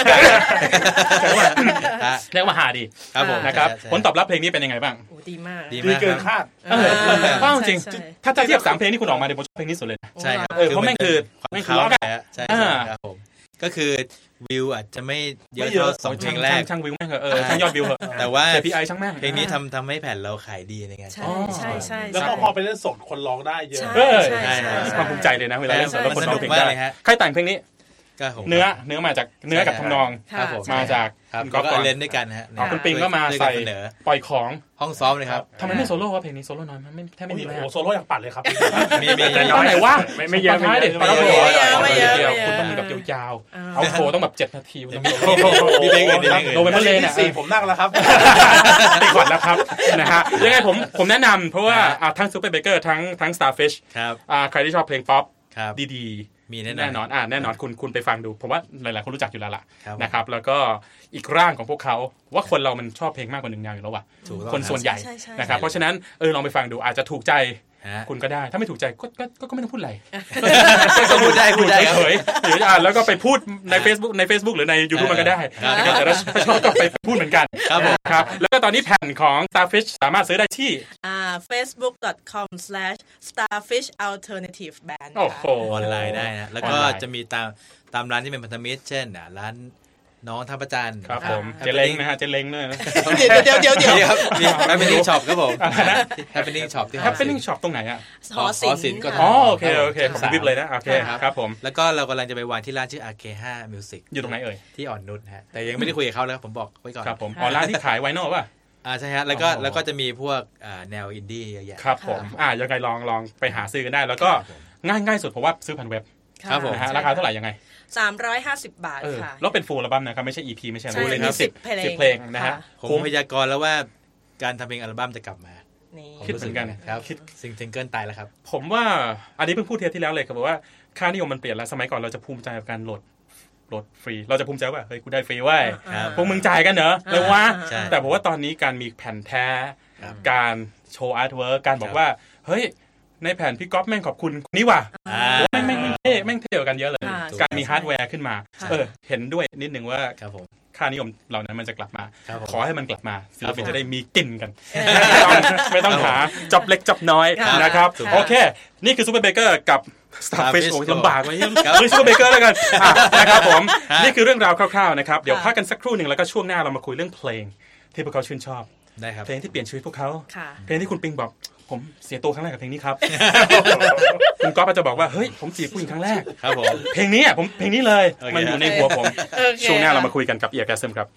Speaker 2: เรียกว่าหาดี
Speaker 3: ครับผม
Speaker 2: นะครับผลตอบรับเพลงนี้เป็นยังไงบ้าง
Speaker 5: โอ้ดีมาก
Speaker 6: ดีเกินคาด
Speaker 2: ว้าวจริงถ้าเทียบ3เพลงที่คุณออกมาเนี่ยผมชอบเพลงนี้สุดเลย
Speaker 3: ใช่ครับ
Speaker 2: เพราะแม่งคือ
Speaker 3: ล็อกใช่ครับผมก็คือวิวอาจจะไม่เยอะเท่า2เพลงแรก
Speaker 2: ช่างวิวแม่งช่างยอดวิว
Speaker 3: แต่ว่า
Speaker 2: KPI ช่างแม่ง
Speaker 3: เพลงนี้ทำให้แผ่นเราขายดีในงาน
Speaker 5: ใช่
Speaker 6: แล้วพอไปเล่นสดคนร้องได้เยอะ
Speaker 2: ใช่ความภูมิใจเลยนะเวลาเล่นสดแล้วคนร้องเพลงได้ใครแต่งเพลงนี้เนื้อมาจากเนื้อกับทำนองมาจาก
Speaker 3: ก็เล่นด้วยกันฮะ
Speaker 2: คุณปิงก็มาใส่ปล่อยของ
Speaker 3: ห้องซ้อมเลยครับ
Speaker 2: ทำไมไม่โซโล่วะเพลงนี้โซโล่น้อยมันแทบไม่มีเลย
Speaker 6: โอ้โซโล่อย่างปัดเลยครับ
Speaker 3: มี
Speaker 2: ตอนไหนวะ
Speaker 6: ไม่เยอะ
Speaker 2: ไม่เด็ด
Speaker 5: ไม่เยอะ
Speaker 2: คุณต้องกับยาวๆเอาโฟต้องแบบ7นาที
Speaker 3: มีเพลงอื่น
Speaker 2: โดนมันเลยเนี่ย
Speaker 6: ผมนั่งแล้วครับ
Speaker 2: ติดขวัญแล้วครับนะฮะยังไงผมแนะนำเพราะว่าทั้งซูเปอร์เบเกอร์ทั้ง Starfish ใครที่ชอบเพลงป๊อปดีๆ
Speaker 3: มี
Speaker 2: แน่นอนแน่นอนคุณไปฟังดูผมว่าหลายๆคนรู้จักอยู่แล้วล่ะนะครับแล้วก็อีกร่างของพวกเขาว่าคนเรามันชอบเพลงมากกว่า1แนวอยู่แล้วว่ะคนส่วนใหญ่นะครับเพราะฉะนั้นลองไปฟังดูอาจจะถูกใจคุณก็ได้ถ้าไม่ถูกใจก็ไม่ต้องพูดอะไร
Speaker 3: ก็พูดได้
Speaker 2: เฉยๆแล้วก็ไปพูดใน Facebook หรือใน YouTube มันก็ได้นะครับแต่ถ้าชอบก็ไปพูดเหมือนกันครับแล้วก็ตอนนี้แผ่นของ Starfish สามารถซื้อได้ที่
Speaker 5: facebook.com/starfishalternativeband
Speaker 2: โอ้โห
Speaker 3: ออนไลน์ได้นะแล้วก็จะมีตามร้านที่เป็นพันธมิตรเช่นร้านน้องท่าประจัน
Speaker 2: ครับผมเจเล้งนะฮะเจเล้งเนี่ย
Speaker 5: เดี๋ยว
Speaker 3: ครับHappening Shop ครับผม Happening Shop ที่
Speaker 2: Happening Shop ตรงไหนอ่ะ
Speaker 5: หอศิลป์
Speaker 2: อ๋อโอเคผมวิบเลยนะโอเคครับผม
Speaker 3: แล้วก็เรากำลังจะไปวางที่ร้านชื่อ RK5 Music
Speaker 2: อยู่ตรงไหนเอ่ย
Speaker 3: ที่อ่อนนุชฮะแต่ยังไม่ได้คุยกับเขาเลยผมบอกไว้ก่อน
Speaker 2: ครับผมร้านที่ขายไวโน่ป่ะ
Speaker 3: ใช่ฮะแล้วก็จะมีพวกแนวอินดี้เยอะแยะ
Speaker 2: ครับผมยังไงลองไปหาซื้อกันได้แล้วก็ง่ายสุดผมว่าซื้อผ่านเว็บ
Speaker 3: ครับผม
Speaker 2: ราคาเท่าไหร่ยังไง
Speaker 5: 350 บาทค่ะ
Speaker 2: แล้วเป็นฟูลอัลบั้มนะครับไม่ใช่ EP ไม่ใช่
Speaker 5: ฟูลเลยครับ
Speaker 2: 10เพลงนะฮะ
Speaker 3: ผมพยากรณ์แล้วว่าการทำเพลงอัลบั้มจะกลับมา
Speaker 2: คิดเหมือนกัน
Speaker 3: ครับซิงเกิลตายแล้วครับ
Speaker 2: ผมว่าอันนี้เพิ่งพูดเทปที่แล้วเลยครับว่าค่านิยมมันเปลี่ยนแล้วสมัยก่อนเราจะภูมิใจกับการโหลดฟรีเราจะภูมิใจว่าเฮ้ยกูได้ฟรีว่ะพวกมึงจ่ายกันเหรอเลยวะแต่ผมว่าตอนนี้การมีแผ่นแท้การโชว์อาร์ตเวิร์กการบอกว่าเฮ้ยในแผ่นพี่ก๊อฟแม่งขอบคุณนี่ว่ะแม่งเท่กันเยอะเลยการมีฮาร์ดแวร์ขึ้นมาเห็นด้วยนิดนึงว่าค่านิยมเหล่านั้นมันจะกลับมาขอให้มันกลับมาศิลปินจะได้มีกินกันไม่ต้องหาจับเล็กจับน้อยนะครับโอเคนี่คือซูเปอร์เบเกอร์กับ Starfish โอ้ยลำบากเลยซูเปอร์เบเกอร์แล้วกันนะครับผมนี่คือเรื่องราวคร่าวๆนะครับเดี๋ยวพักกันสักครู่หนึ่งแล้วก็ช่วงหน้าเรามาคุยเรื่องเพลงที่พวกเขาชื่นชอบเพลงที่เปลี่ยนชีวิตพวกเขาเพลงที่คุณปิงบอกผมเสียตัวครั้งแรกกับเพลงนี้ครับคุณก๊อฟจะบอกว่าเฮ้ยผมจีบผู้หญิงครั้งแรก
Speaker 3: ครับผม
Speaker 2: เพลงนี้ผมเพลงนี้เลยมันอยู่ในหัวผมช่วงหน้าเรามาคุยกันกับEargasmครับ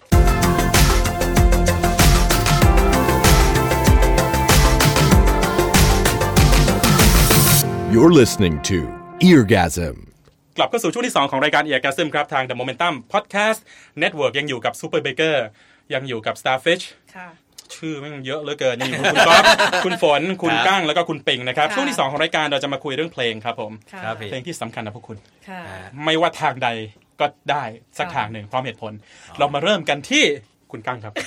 Speaker 1: You're listening to Eargasm
Speaker 2: กลับเข้าสู่ช่วงที่2ของรายการEargasmครับทาง The Momentum Podcast Network ยังอยู่กับ Super Baker ยังอยู่กับ Starfishชื่อแม่งเยอะเหลือเกินยังอยู่คุณก๊อฟคุณฝนคุณก้างแล้วก็คุณปิงนะครับช่วงที่2ของรายการเราจะมาคุยเรื่องเพลงครับผมเพลงที่สำคัญนะพวกคุณไม่ว่าทางใดก็ได้สักทางหนึ่งพร้อมเหตุผลเรามาเริ่มกันที่คุณก้างครับ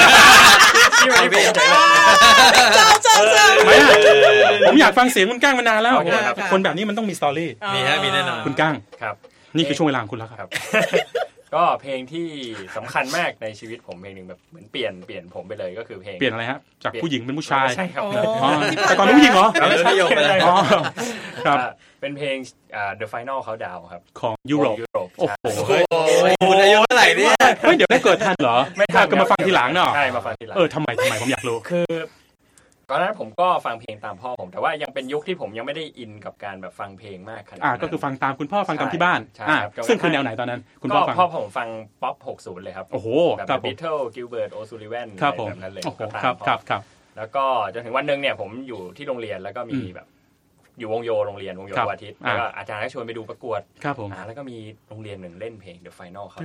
Speaker 2: ผมอยากฟังเสียงคุณก้างมานานแล้วคนแบบนี้มันต้องมีสตอรี่
Speaker 3: มีแน่นอน
Speaker 2: คุณก้าง
Speaker 4: ครับ
Speaker 2: นี่คือช่วงเวลาของคุณแล้วครับ
Speaker 4: ก็เพลงที่สำคัญมากในชีวิตผมเพลงหนึ่งแบบเหมือนเปลี่ยนผมไปเลยก็คือเพลง
Speaker 2: เปลี่ยนอะไรฮะจากผู้หญิงเป็นผู้ชาย
Speaker 4: ใช่ครับ
Speaker 2: แต่ก่อนเป็นผู้หญิงเหรอ
Speaker 3: นิยมไปเลย
Speaker 2: ครับ
Speaker 4: เป็นเพลงThe Final Countdown ครับ
Speaker 2: ของยุโรป
Speaker 4: โอ้โห
Speaker 3: คุณอายุเท่าไหร่เนี่ย
Speaker 2: เดี๋ยวได้เกิดทันเหรอไม่ทันก็มาฟังทีหลังเนาะ
Speaker 4: ใช่มาฟังทีหลัง
Speaker 2: ทำไมผมอยากรู้
Speaker 4: คือตอนนั้นผมก็ฟังเพลงตามพ่อผมแต่ว่ายังเป็นยุคที่ผมยังไม่ได้อินกับการแบบฟังเพลงมากขนาดนั้น
Speaker 2: ก็คือฟังตามคุณพ่อฟังตามที่บ้านซึ่งคือแนวไหนตอนนั้นคุณพ่อฟัง
Speaker 4: ผมฟังป๊อป60เลยครับ
Speaker 2: โอ้โห
Speaker 4: แบบ Beatles Gilbert O'Sullivan แบบนั้นเลย
Speaker 2: ครับ
Speaker 4: แล้วก็จนถึงวันนึงเนี่ยผมอยู่ที่โรงเรียนแล้วก็มีแบบอยู่วงโยโรงเรียนวงโยวันอาทิตย์แล้วก็อาจารย์ก็ชวนไปดูประกวด
Speaker 2: ครับผม
Speaker 4: แล้วก็มีโรงเรียนหนึ่งเล่นเพลง The Final เขา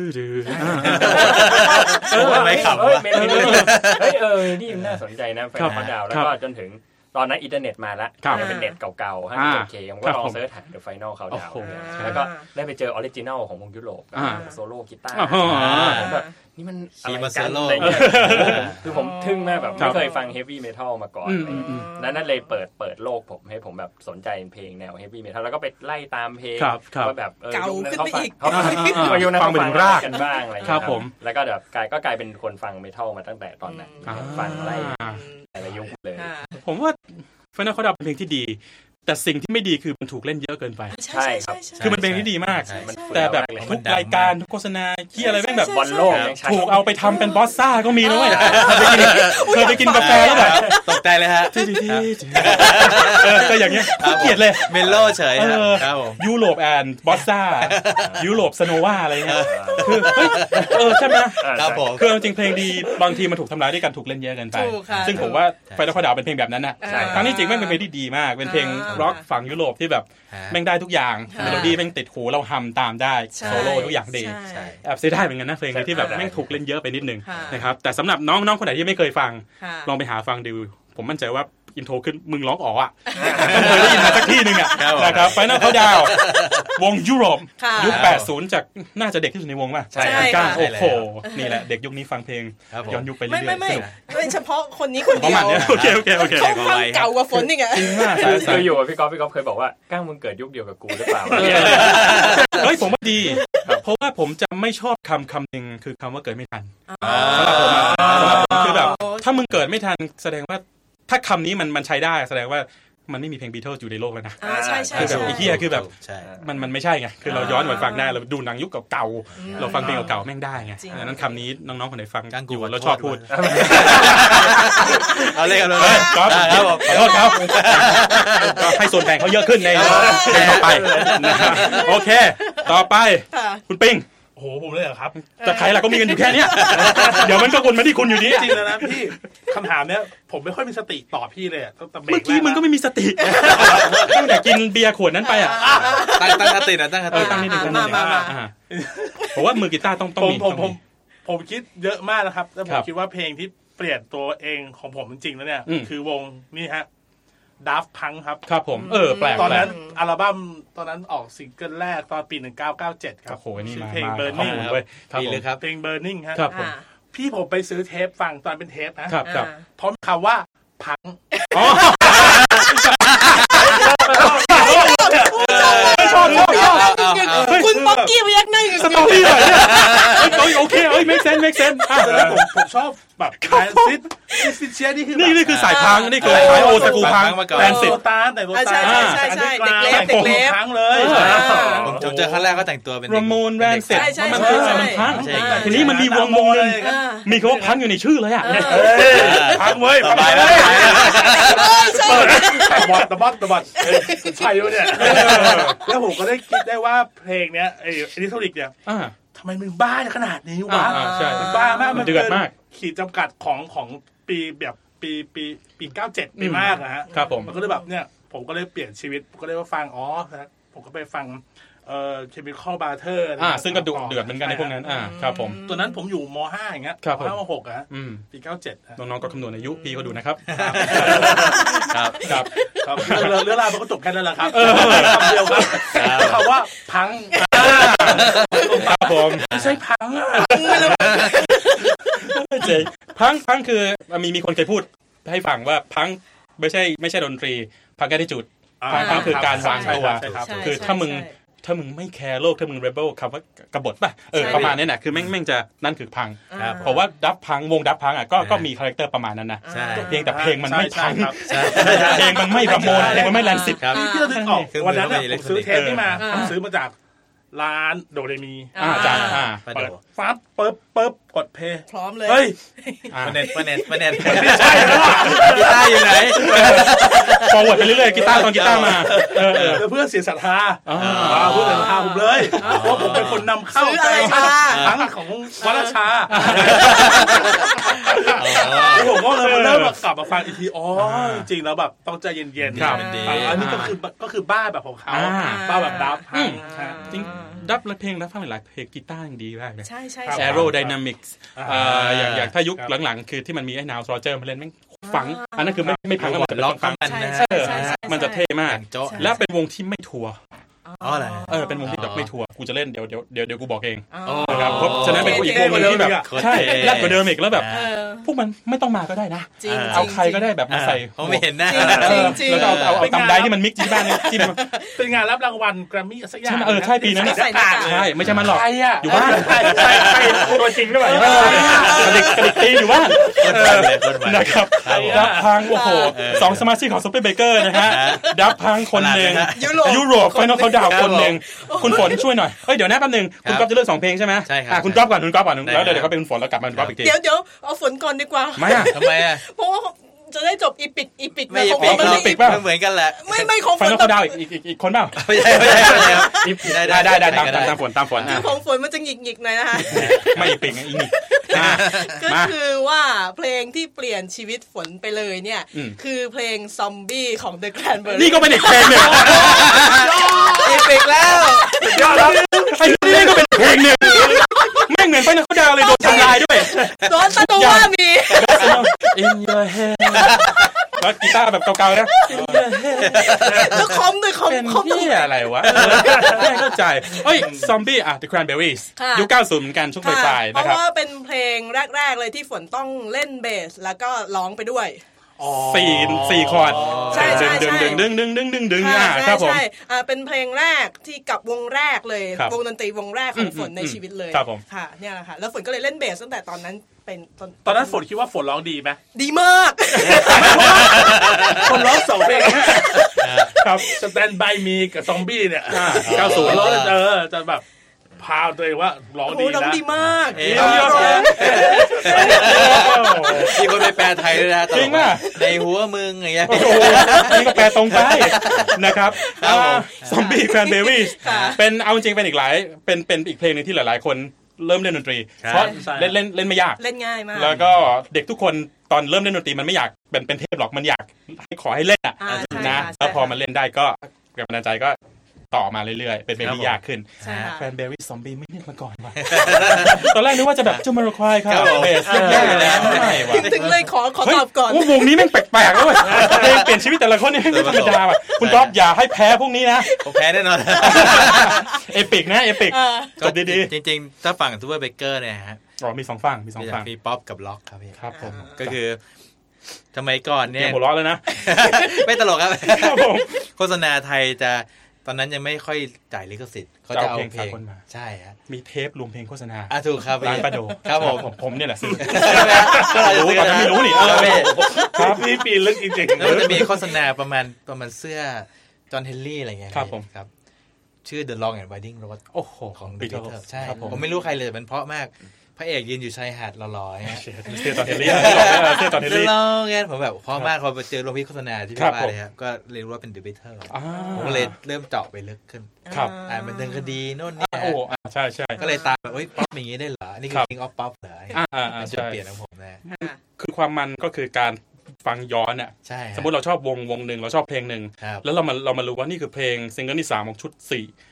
Speaker 3: ไม่ขำ
Speaker 4: ว่านี่น่าสนใจนะ Final Countdown แล้วก็จนถึงตอนนั้นอินเทอร์เน็ตมาแล้วยังเป็นเน็ตเก่าๆฮะโอเคผมก็ลองเสิร์ชหา The Final Countdown แล้วก็ได้ไปเจอออริจินัลของวงยุโรปโซโล่กีตาร์แบบนี่มันอะไรกันอะไรเงี้ยคือผมทึ่งมากแบบไม่เคยฟังเฮฟวี่เมทัลมาก่อนนั่นเลยเปิดโลกผมให้ผมแบบสนใจเพลงแนวเฮฟวี่เมทัลแล้วก็ไปไล่ตามเพลงว่าแบบ
Speaker 5: เก่าขึ้นไปอีก
Speaker 4: เขาฟังรากกันบ้างอะไรเงี้ยแล้วก็แบบกลายเป็นคนฟังเมทัลมาตั้งแต่ตอนนั้นฟังไล่อะไรยุคเลย
Speaker 2: ผมว่าFinal Countdownเป็นเพลงที่ดีแต่สิ่งที่ไม่ดีคือมันถูกเล่นเยอะเกินไป
Speaker 4: ใช่ครับ
Speaker 2: คือมันเป็นเพลงที่ดีมากแต่แบบทุกรายการทุกโฆษณาที่อะไรแม่งแบบ
Speaker 4: บอลโลก
Speaker 2: ถูกเอาไปทำเป็นบอสซ่าก็มีนะเว้ยเคยไปกินกาแฟแล้วแบบ
Speaker 3: ตกใจเลยฮะ
Speaker 2: ก็อย่างเงี้ยเกลียดเลย
Speaker 3: เมโลเฉยครับผม
Speaker 2: ยุโรปแอนบอสซ่ายุโรปสโนวาอะไรเงี้ยคือใช่ไหม
Speaker 3: ครับผม
Speaker 2: คือจริงเพลงดีบางทีมันถูกทำร้ายด้วยการถูกเล่นเยอะเกินไปซึ่งผมว่าFinal Countdownเป็นเพลงแบบนั้นน่ะทั้งที่จริงแม่งเป็นเพลงที่ดีมากเป็นเพลงร็อกฝั่งยุโรปที่แบบแม่งได้ทุกอย่างเมโลดี้แม่งติดหูเราฮัมตามได้โซโล่ทุกอย่างดีแอบเสียดายเหมือนกันนะเพลงที่แบบแม่งถูกเล่นเยอะไปนิดนึงนะครับแต่สำหรับน้องคนไหนที่ไม่เคยฟังลองไปหาฟังดูผมมั่นใจว่าอินโทรขึ้นมึงร้องอ๋อเคยได้ยินมาสักที่นึงนะครับFinal Countdownวงยุโรปยุค80จากน่าจะเด็กที่สุดในวงป่ะ
Speaker 3: ใช่
Speaker 2: ก้าโอ้โหนี่แหละเด็กยุคนี้ฟังเพลงย้อนยุคไปเรื่อย
Speaker 5: ๆไม่เฉพาะคนนี้คนเดียว
Speaker 2: โอเค
Speaker 5: เขาฟังเก่ากว่าฝนนี่ไง
Speaker 2: จริงมาก
Speaker 4: เคยอยู่กับพี่ก๊อฟเคยบอกว่าก้างมึงเกิดยุคเดียวกับกูหรือเปล่า
Speaker 2: เฮ้ยผมว่าดีเพราะว่าผมจะไม่ชอบคำนึงคือคำว่าเกิดไม่ทันสำหรับผมคือแบบถ้ามึงเกิดไม่ทันแสดงว่าถ้าคำนี้มันใช้ได้แสดงว่ามันไม่มีเพลง Beatles อยู่ในโลกแล้วนะ
Speaker 5: ใช่ใช่
Speaker 2: คือแบบไอ้เหี้ยคือแบบ
Speaker 3: ใช่
Speaker 2: มันไม่ใช่ไงคือเราย้อนกลับฟังได้เราดูหนังยุคเก่าๆเราฟังเพลงเก่าๆแม่งได้ไงดังนั้นคำนี้น้องๆคนไหนฟังอยู่แล้วชอบพูด
Speaker 3: เอาเลยครับ
Speaker 2: ครับขอโทษครับก็ให้ส่วนแบ่งเขาเยอะขึ้นในต่อไปโอเคต่อไปคุณปิ้ง
Speaker 6: โอ้โหผมเลยเหรอครับ
Speaker 2: แต่ใครล่ะก็มีกันอยู่แค่นี้เดี๋ยวมันก็วนมาที่คุณอยู่ดี
Speaker 6: จริงแล้วนะพี่คำถามเนี้ยผมไม่ค่อยมีสติตอบพี่เลย
Speaker 2: เมื่อกี้มันก็ไม่มีสติตั้งแต่กินเบียร์ขวดนั้นไป
Speaker 3: ตั้งสตินะตั้ง
Speaker 2: นิดนึงผมว่ามือกีตาร์ต้องมี
Speaker 6: ผมคิดเยอะมากนะครับแล้วผมคิดว่าเพลงที่เปลี่ยนตัวเองของผมจริงๆแล้วเนี่ยคือวงนี่ฮะDaft Punk
Speaker 2: ครับผมแปลก
Speaker 6: ตอนนั้นอัลบั้มตอนนั้นออกซิงเกิลแรกตอนปี1997ครับ
Speaker 2: ชื่
Speaker 6: อเพลง Burning
Speaker 2: ครับ
Speaker 6: เพลง Burning ฮะพี่ผมไปซื้อเทปฟังตอนเป็นเทปนะครับพร้อมคำว่าพัง
Speaker 5: ชอบคุณป๊อกกี้พยักหน้าอยู่
Speaker 2: สตอรี่หน่อยเนี่ยโอเคmake sense
Speaker 6: แล้วผมชอบแบบแฟนซิเชียนี่
Speaker 2: คือสายพังนี่คือสายโอตะกูพังแฟนซิ
Speaker 6: แต่โรตา
Speaker 5: ใช่เด็กเล็ก
Speaker 6: พังเลย
Speaker 3: ผมเจอครั้งแรกก็แต่งตัวเป็น
Speaker 2: รามอนแรนเซ็ตมันคือมันพังทีนี้มันมีวงนึงมีคำว่าพังอยู่ในชื่อเลยอ่ะ
Speaker 6: พังเว้ย
Speaker 3: ไปแล้ว
Speaker 6: ตะบอดใช่ด้วยเนี่ยแล้วผมก็ได้คิดได้ว่าเพลงเนี้ยไอ้ลิทอริกเนี่ยทำไมมึงบ้าขนาดนี้วะมันบ้ามาก
Speaker 2: มันเดือดมาก
Speaker 6: ขีดจำกัดของปีแบบปี97ปีมากนะฮะมันก็เลยแบบเนี่ยผมก็เลยเปลี่ยนชีวิตก็เลยว่าฟังผมก็ไปฟังChemical Brothers
Speaker 2: ซึ่งก็ดุเดือดเหมือนกันในพวกนั้นครับผม
Speaker 6: ตัวนั้นผมอยู่ม.5 อย่างเงี้ยม.5 ม.6 อ่ะปี97
Speaker 2: น้องๆก็คำนวณอายุพี่เขาดูนะครับ
Speaker 6: ครับเรื่องราวมันก็จบแค่นั้นแหละครับคำเดียวครับคำว่าพัง
Speaker 2: ครับผม
Speaker 6: ไม่ใช่พัง
Speaker 2: พังคือมีคนเคยพูดให้ฟังว่าพังไม่ใช่ดนตรีพังแค่ที่จุดพังคือการวางตัวคือถ้ามึงไม่แคร์โลกถ้ามึงเรเบิลคำว่ากบฏป่ะประมาณนี้น่ะคือแม่งจะนั่นคือพังเพราะว่าดับพังวงดับพังก็มีคาแรคเตอร์ประมาณนั้นนะเพียงแต่เพลงมันไม่พังเพลงมันไม่ประโมนเพลงมันไม่แลนสิต
Speaker 6: ที่เราดึงออกวันนั้นผมซื้อเทปนี่มาผมซื้อมาจากร้านโดเรมี
Speaker 2: จ้า
Speaker 6: เปิดฟับปึ๊บกดเพย์
Speaker 5: พร้อมเลย
Speaker 6: เฮ้ย
Speaker 3: มาเน็ต
Speaker 6: ไม่ใช่แล้ว
Speaker 3: กีตาร์อยู่ไหน
Speaker 2: ฟอร์เวิร์ดไปเรื่อยๆกีตาร์ตอนกีตาร์มา
Speaker 6: เพื่อเสียศรัทธาเพื่อเสียศรัทธาผมเลยเพราะผมเป็นคนนำเข้าทั้งของวัดราชาแล้วผมก็เลยเริ่มกลับมาฟังอีกทีจริงๆแล้วแบบต้องใจเย็นๆอันนี้ก็คือบ้าแบบของเขาบ้าแบบดับ
Speaker 2: จริงดับเพลงดับฟังหลายเพลงกีตาร์ยังดีมากเลย
Speaker 5: ใช่
Speaker 2: Aerodynamics อย่างถ้ายุคหลังๆคือที่มันมีไอ้นาวโรเจอร์มาเล่นแม่งฝังอันนั้นคือไม่พังแล้วมัน
Speaker 3: ล็อกฟัง
Speaker 2: มันจะเท่มากและเป็นวงที่ไม่ทัวร์
Speaker 3: อะไร
Speaker 2: เป็นวงที่แบบไม่ทัวร์กูจะเล่นเดี๋ยวกูบอกเองนะครับเพราะฉะนั้นเป็นอีกวงนึงที่แบบใช่แรกกว่าเดิมอีกแล้วแบบพวกมันไม่ต้องมาก็ได้นะเอาใครก็ได้แบบมาใส่
Speaker 3: เขาไม่เห็นหน้า
Speaker 2: แล้วก็เอาตำได้ที่มันมิกซ์ที่บ้านเนี่ยที่
Speaker 6: เป็นงานรับรางวัลแกรมมี่สักอย่าง
Speaker 2: ใช่ปีนั้นใช่ไม่ใช่มันหรอกอยู่บ้าน
Speaker 6: ใช่ตัวจริงด้วย
Speaker 2: กระดิกตีอยู่บ้านนะครับดับพังโอ้โห2สมาชิกของซุปเปอร์เบเกอร์นะฮะดับพังคนนึงยุโรปไฟนอลเขาดาวคนนึงคุณฝนช่วยหน่อยเดี๋ยวนะแป๊บนึงคุณก๊อฟจะเลือก2เพลงใช่ไหม
Speaker 3: ใช่ครับ
Speaker 2: คุณก๊อฟก่อนแล้วเดี๋ยวเขาเป็นคุณฝนแล้วกลับมาคุณก๊อฟอีกที
Speaker 5: เดี๋ยวเอาฝนก่อนดีกว่า
Speaker 2: ไม่
Speaker 3: ทำไม
Speaker 5: เพราะว่าจะได้จบอีปิก
Speaker 3: ไม่เหมือนกันแหละ
Speaker 5: ไม่ของฝน
Speaker 2: เขาดาวอีกคนเปล่า
Speaker 3: ไม่ใช่
Speaker 2: ได้ตามฝน
Speaker 5: คือของฝนมันจะหงิกๆหน่อยนะคะ
Speaker 2: ไม่อีปิกอีก
Speaker 5: ก็คือว่าเพลงที่เปลี่ยนชีวิตฝนไปเลยเนี่ยคือเพลงซอมบี้ของ The Cranberries
Speaker 2: นี่ก็เป็นอีกเพลงนึง
Speaker 3: อีปิกแล้ว
Speaker 2: ยอดแล้วไอ้นี่ก็เป็นเพลงนึงแม่งเหมือนไฟนอลเขาดาวเลยโดนทำลายด้วย
Speaker 5: โดนตะตูว่ามี
Speaker 2: In your head แล้วกีตาร์แบบเก่าๆนะ
Speaker 5: แล้วคอมด้วยคอม
Speaker 2: นี่อะไรวะไม่เข้าใจซอมบี้The Cranberries ยุค90เหมือนกันช่วงปลายๆนะครับ
Speaker 5: เพราะว่าเป็นเพลงแรกๆเลยที่ฝนต้องเล่นเบสแล้วก็ร้องไปด้วย
Speaker 2: 4คอร์ดดึงครับผม
Speaker 5: เป็นเพลงแรกที่กับวงแรกเลยวงดนตรีวงแรกของฝนในชีวิตเลยค่ะเนี่ยแหละค่ะแล้วฝนก็เลยเล่นเบสตั้งแต่ตอนนั้นเป็น
Speaker 6: ตอนนั้นฝนคิดว่าฝนร้องดีไหม
Speaker 5: ดีมาก
Speaker 6: คนร้อง2 เพลงครับสแตนบายมีกับซอมบี้เนี่ย90ร้องจะแบบพาตัวเองว่าร้องดีนะ
Speaker 5: ร้องดีมาก
Speaker 3: มีคนไปแปลไทยด้วยนะ
Speaker 2: จริงป่ะ
Speaker 3: ในหัวมึงอย่างเงี้ย
Speaker 2: นี่ก็แปลตรงไปนะครับซอมบี้แครนเบอร์รี่เป็นเอาจริงเป็นอีกหลายเป็นอีกเพลงนึงที่หลายๆคนเริ่มเล่นดนตรีเพราะเล่นไม่ยาก
Speaker 5: เล่นง่ายมาก
Speaker 2: แล้วก็เด็กทุกคนตอนเริ่มเล่นดนตรีมันไม่อยากเป็นเทพหรอกมันอยากให้ขอให้เล่นนะแล้วพอมันเล่นได้ก็แรงบันดาลใจก็ต่อมาเรื่อยๆเป็นเพลงที่ยากขึ้นแครนเบอร์รี่ซอมบี้ไม่เล่นมาก่อนว่ะตอนแรกนึกว่าจะแบบจูมาโรควายครับเบสแย่แล้วไม่ว่ะ
Speaker 5: ถึงเลยขอตอบก่อน
Speaker 2: วงนี้แม่งแปลกๆแล้วเว้ยเพลงเปลี่ยนชีวิตแต่ละคนนี่ไม่ธรรมดาว่ะคุณก๊อฟอย่าให้แพ้พวกนี้นะ
Speaker 3: ผมแพ้แน่นอน
Speaker 2: เอปิกนะเอปิก
Speaker 3: ก็ดีๆจริงๆถ้าฝั่งทูเบอร์เบเกอร์เนี่ยฮะ
Speaker 2: มี2ฝั่ง
Speaker 3: มีป๊อปกับล็อกครับพี่
Speaker 2: ครับผม
Speaker 3: ก็คือสมัยก่อนเนี่ย
Speaker 2: หัวเราะแล้วนะ
Speaker 3: ไม่ตลกครับโฆษณาไทยจะตอนนั้นยังไม่ค่อยจ่ายลิขสิทธิ์เขาจะเอาเพลงมาใช่ฮะ
Speaker 2: มีเทปรวมเพลงโฆษณา
Speaker 3: ถูกครับ
Speaker 2: ร้านป้าโด
Speaker 3: ครับ
Speaker 2: ผมเนี่ยแหละซื้อรู้ตอนนั้นไม่รู้นี่
Speaker 6: ครับพี่ปีลึกจริงๆ
Speaker 3: แล้วจะมีโฆษณาประมาณเสื้อจอห์นเฮนรี่อะไรเงี้ย
Speaker 2: ครับผม
Speaker 3: ครับชื่อ The Long and Winding Road
Speaker 2: โอ้โห
Speaker 3: ของ The Beatles ใช่ผมไม่รู้ใครเลยมันเพราะมากพระเอกยืนอยู่ชายหาดหล่อๆฮะ
Speaker 2: เสื้อจอห์นเฮนรี่เสื้อจอห์นเฮนรี่
Speaker 3: ผมแบบเพราะมากพอไปเจอโรงพิโฆษณาที่พี่ว่าเลยครับก็เรียนรู้ว่าเป็น The Beatles ผมเลยเริ่มเจาะไปลึกขึ้นมันเดินคดีโน่นนี่
Speaker 2: โอ้ใช่
Speaker 3: ก็เลยตามแบบป๊อปอย่างนี้ได้เหรอนี่คือ King of Pop เหรอจุดเปลี่ยนของผมนะ
Speaker 2: คือความมันก็คือการฟังย้อนอ่ะสมมติเราชอบวงหนึ่งเราชอบเพลงหนึ่งแล้วเรามารู้ว่านี่คือเพลงซิงเกิลที่3ของชุด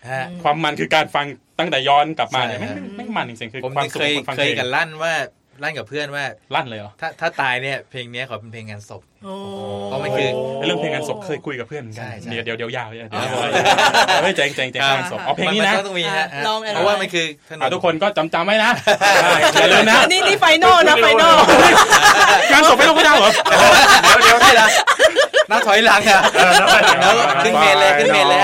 Speaker 2: 4ความมันคือการฟังตั้งแต่ย้อนกลับมาเนี่ยไม่มันจริงๆคือ
Speaker 3: ความสุขของฟังเพลงเคยกันลั่นกับเพื่อนว่า
Speaker 2: ลั่นเลยเหรอ
Speaker 3: ถ้าตายเนี่ยเพลงนี้ขอเป็นเพลงงานศพเพราะมันคือ
Speaker 2: เรื่องเพลงงานศพเคยคุยกับเพื่อนกันเดี๋ยวยาวเจ๋งงานศพเอาเพลงนี้นะ
Speaker 3: ต้องมีฮะเพราะว่ามันคือ
Speaker 2: ทุกคนก็จำไว้นะอย่าลืมนะ
Speaker 5: นี่ไฟนอลนะไฟนอล
Speaker 2: งานศพไม่ต้องไม่ได้เหรอ
Speaker 3: เดี๋ยวให้ละน่าถอยหลังอ่ะแล้วขึ้นเมนเลย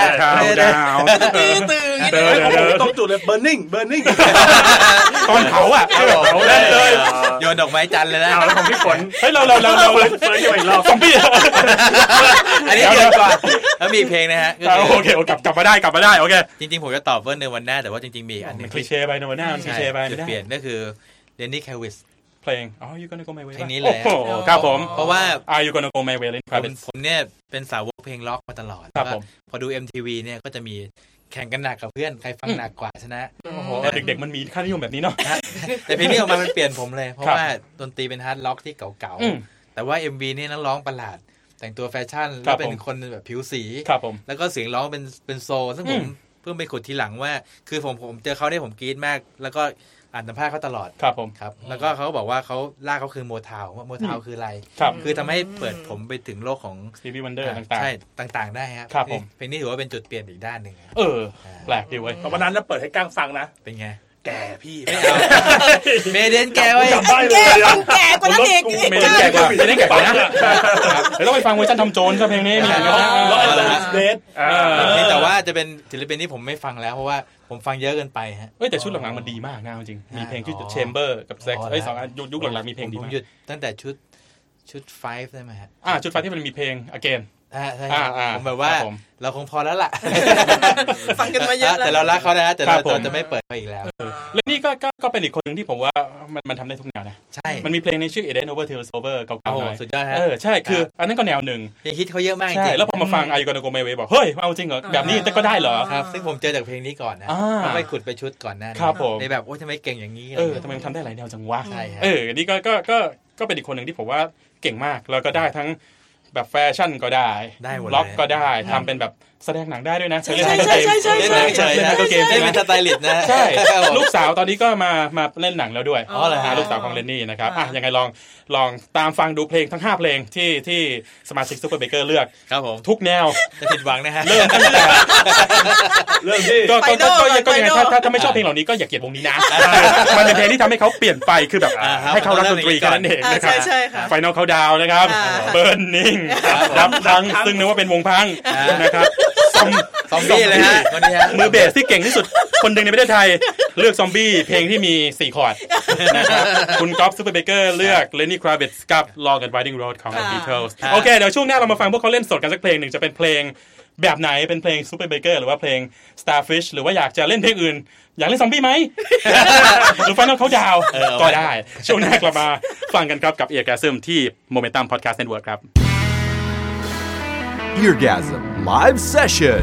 Speaker 6: ต้องจุดเลยเบอร์นิ่ง
Speaker 2: ตอนเผาอ่ะ
Speaker 3: เขาเล่นเลยโยนดอกไม้จันทร์เลยนะ
Speaker 2: แล้วของพี่ฝนเฮ้ยเราเฟิร์สอีกรอบซอมบี้
Speaker 3: อันนี้เยอะกว่าแล้วมีเพลงนะฮะ
Speaker 2: โอเคกลับมาได้โอเค
Speaker 3: จริงๆผมจะตอบว่าในวันหน้าแต่ว่าจริงๆมีอันนึง
Speaker 2: คลีเช่ไปในวันหน้ามันคลีเช่ไป
Speaker 3: จุดเปลี่ยนก็คือเลนนี่แควิส
Speaker 2: เพลงYou Gonna Go My Way
Speaker 3: เพลงนี้เลย
Speaker 2: ครับผม
Speaker 3: เพราะว่า
Speaker 2: You Gonna Go My Way
Speaker 3: ผมเนี่ยเป็นสาวกเพลงล็อกมาตลอดพอดู MTV เนี่ยก็จะมีแข่งกันหนักกับเพื่อนใครฟังหนักกว่าชนะ
Speaker 2: เด็กๆมันมีค่านิยมแบบนี้เนาะ
Speaker 3: แต่เพลงนี้ออกมามันเปลี่ยนผมเลยเพราะว่าดนตรีเป็นฮาร์ดล็อกที่เก่าๆแต่ว่า MV เนี่ยนักร้องประหลาดแต่งตัวแฟชั่นแล้วเป็นคนแบบผิวสีแล้วก็เสียงร้องเป็นโซซึ่งผมเพิ่งไปขุดทีหลังว่าคือผมเจอเขาเนี่ยผมกรี๊ดมากแล้วก็อ่านสัมภาษณ์เขาตลอด
Speaker 2: ครับผม
Speaker 3: ครับแล้วก็เขาบอกว่าเขาลากเขาคือโมทาวว่าโมทาวคืออะไรคือทำให้เปิดผมไปถึงโลกของ
Speaker 2: สตีวีวันเดอร์ต่างๆ
Speaker 3: ใช่ต่างๆได้ครับเพลงนี้ถือว่าเป็นจุดเปลี่ยนอีกด้านหนึ่ง
Speaker 2: แปลกดีเว้ย
Speaker 6: วันนั้นเราเปิดให้ก้างฟังนะ
Speaker 3: เป็นไง
Speaker 6: แก่พี่
Speaker 3: ไม่เอาเมเดนแก่ไว้
Speaker 5: แก่กว่านั้นอีก
Speaker 2: เมเดนแก่กว่านะเดี๋ยวต้องไปฟังเวอร์ชันทำโจรเพลงนี้มี
Speaker 6: ร้อยเดท
Speaker 3: แต่ว่าจะเป็นศิลปินที่ผมไม่ฟังแล้วเพราะว่าผมฟังเยอะเกินไปฮะ
Speaker 2: แต่ชุดหลังๆมันดีมากนะจริงมีเพลงที่ Chamber กับ Sex สองอันยุคหลังๆมีเพลงดีมาก
Speaker 3: ตั้งแต่ชุด5ได้ไหมฮะ
Speaker 2: ชุด5ที่มันมีเพลง Again
Speaker 3: ใช่ผมแบบว่าเราคงพอแล้วล่ะ
Speaker 5: ฟังกันมาเยอะ
Speaker 3: แต่เรารักเขานะแต่เราจะไม่เปิดไปอีกแล้ว
Speaker 2: แล้วนี่ก็เป็นอีกคนนึงที่ผมว่ามันทำได้ทุกแนวนะ
Speaker 3: ใช่
Speaker 2: มันมีเพลงในชื่อ It Ain't Over Till It's Over เก่าๆหน่อย
Speaker 3: สุดยอดฮะ
Speaker 2: ใช่คืออันนั้นก็แนวหนึ่ง
Speaker 3: ฮิตเขาเยอะมากจริง
Speaker 2: แล้วพอมาฟัง You Gonna Go My Way บอกเฮ้ยเอาจริงเหรอแบบนี้ก็ได้เหรอ
Speaker 3: ครับซึ่งผมเจอจากเพลงนี้ก่อนนะไม่ขุดไปชุดก่อนหน้าในแบบโอ้ทำไมเก่งอย่างนี้
Speaker 2: ทำไมทำได้หลายแนวจังวะ
Speaker 3: ใช่
Speaker 2: นี่ก็เป็นอีกคนนึงที่ผมว่าเก่งมากแล้วก็ได้ทั้งแบบแฟชั่นก็ได้ล็อกก็ได้ทำเป็นแบบแสดงหนังได้ด้วยนะ
Speaker 5: เล่นเกม
Speaker 3: เล่นเกมเป็นสไตลิสต์นะ
Speaker 2: ใช่ลูกสาวตอนนี้ก็มาเล่นหนังแล้วด้วยลูกสาวของเลนนี่นะครับยังไงลองตามฟังดูเพลงทั้ง5เพลงที่สมาชิกซูเปอร์เบเกอร์เลือก
Speaker 3: ครับผม
Speaker 2: ทุกแนว
Speaker 3: จะผิดหวังนะฮะ
Speaker 2: เริ่มตั้งแต่เริ่มที่ก็ยังไงถ้าไม่ชอบเพลงเหล่านี้ก็อย่าเกลียดวงนี้นะมันเป็นเพลงที่ทำให้เขาเปลี่ยนไปคือแบบให้เขารักดนตรีกันนั่นเองนะครับไฟนอลเขาดาวนะครับเบิร์นนิ่งดับพังซึ่งนึกว่าเป็นวงพังนะครับ
Speaker 3: ซอมบี้เลยฮะคนนี้ฮะ
Speaker 2: มือเบสที่เก่งที่สุดคนหนึ่งในประเทศไทยเลือกซอมบี้เพลงที่มี4คอร์ดนะครับคุณก๊อฟซูเปอร์เบเกอร์เลือก Lenny Kravitz กับ Long and Winding Road ของ The Beatles โอเคเดี๋ยวช่วงหน้าเรามาฟังพวกเขาเล่นสดกันสักเพลงหนึ่งจะเป็นเพลงแบบไหนเป็นเพลง Super Baker หรือว่าเพลง Starfish หรือว่าอยากจะเล่นเพลงอื่นอยากเล่นซอมบี้ไหมหรือฟังเขาดาวก็ได้ช่วงหน้ากลับมาฟังกันครับกับ Eargasm ที่ Momentum Podcast Network ครับ
Speaker 1: Eargasm Live Session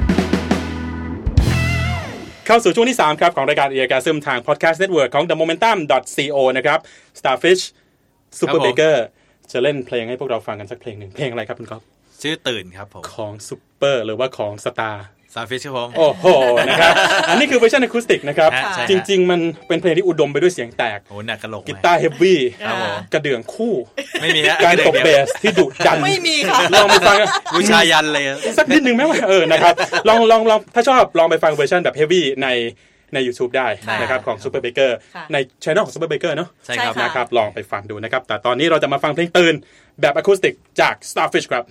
Speaker 2: เข้าสู่ช่วงที่3ครับของรายการ Eargasm ทาง Podcast Network ของ themomentum.co นะครับ Starfish Super Baker จะเล่นเพลงให้พวกเราฟังกันสักเพลงหนึ่งเพลงอะไรครับคุณก๊อฟ
Speaker 3: ชื่อตื่นครับผม
Speaker 2: ของซุปเปอร์หรือว่าของสตาร์
Speaker 3: Starfish ครับผม
Speaker 2: โอ้โหนะครับอันนี้คือเวอร์ชันอะคูสติกนะครับจริงๆมันเป็นเพลงที่อุดมไปด้วยเสียงแตก
Speaker 3: โอ้หนักกะโหลก
Speaker 2: กีตาร์เฮฟวี่กระเดื่องคู่
Speaker 3: ไม่มีฮะ
Speaker 2: การตบเบสที่ดุดัน
Speaker 5: ไม่มีค่ะ
Speaker 2: ลองไปฟัง
Speaker 3: บูชายันเลย
Speaker 2: สักนิดนึงไหมว่านะครับลองถ้าชอบลองไปฟังเวอร์ชันแบบเฮฟวี่ใน YouTube ได้นะครับของ Super Baker ใน Channel ของ Super Baker เนาะ
Speaker 3: ใช่ครับ
Speaker 2: นะครับลองไปฟังดูนะครับแต่ตอนนี้เราจะมาฟังเพลงตื่นแบบอะคูสติกจาก Starfish ครับ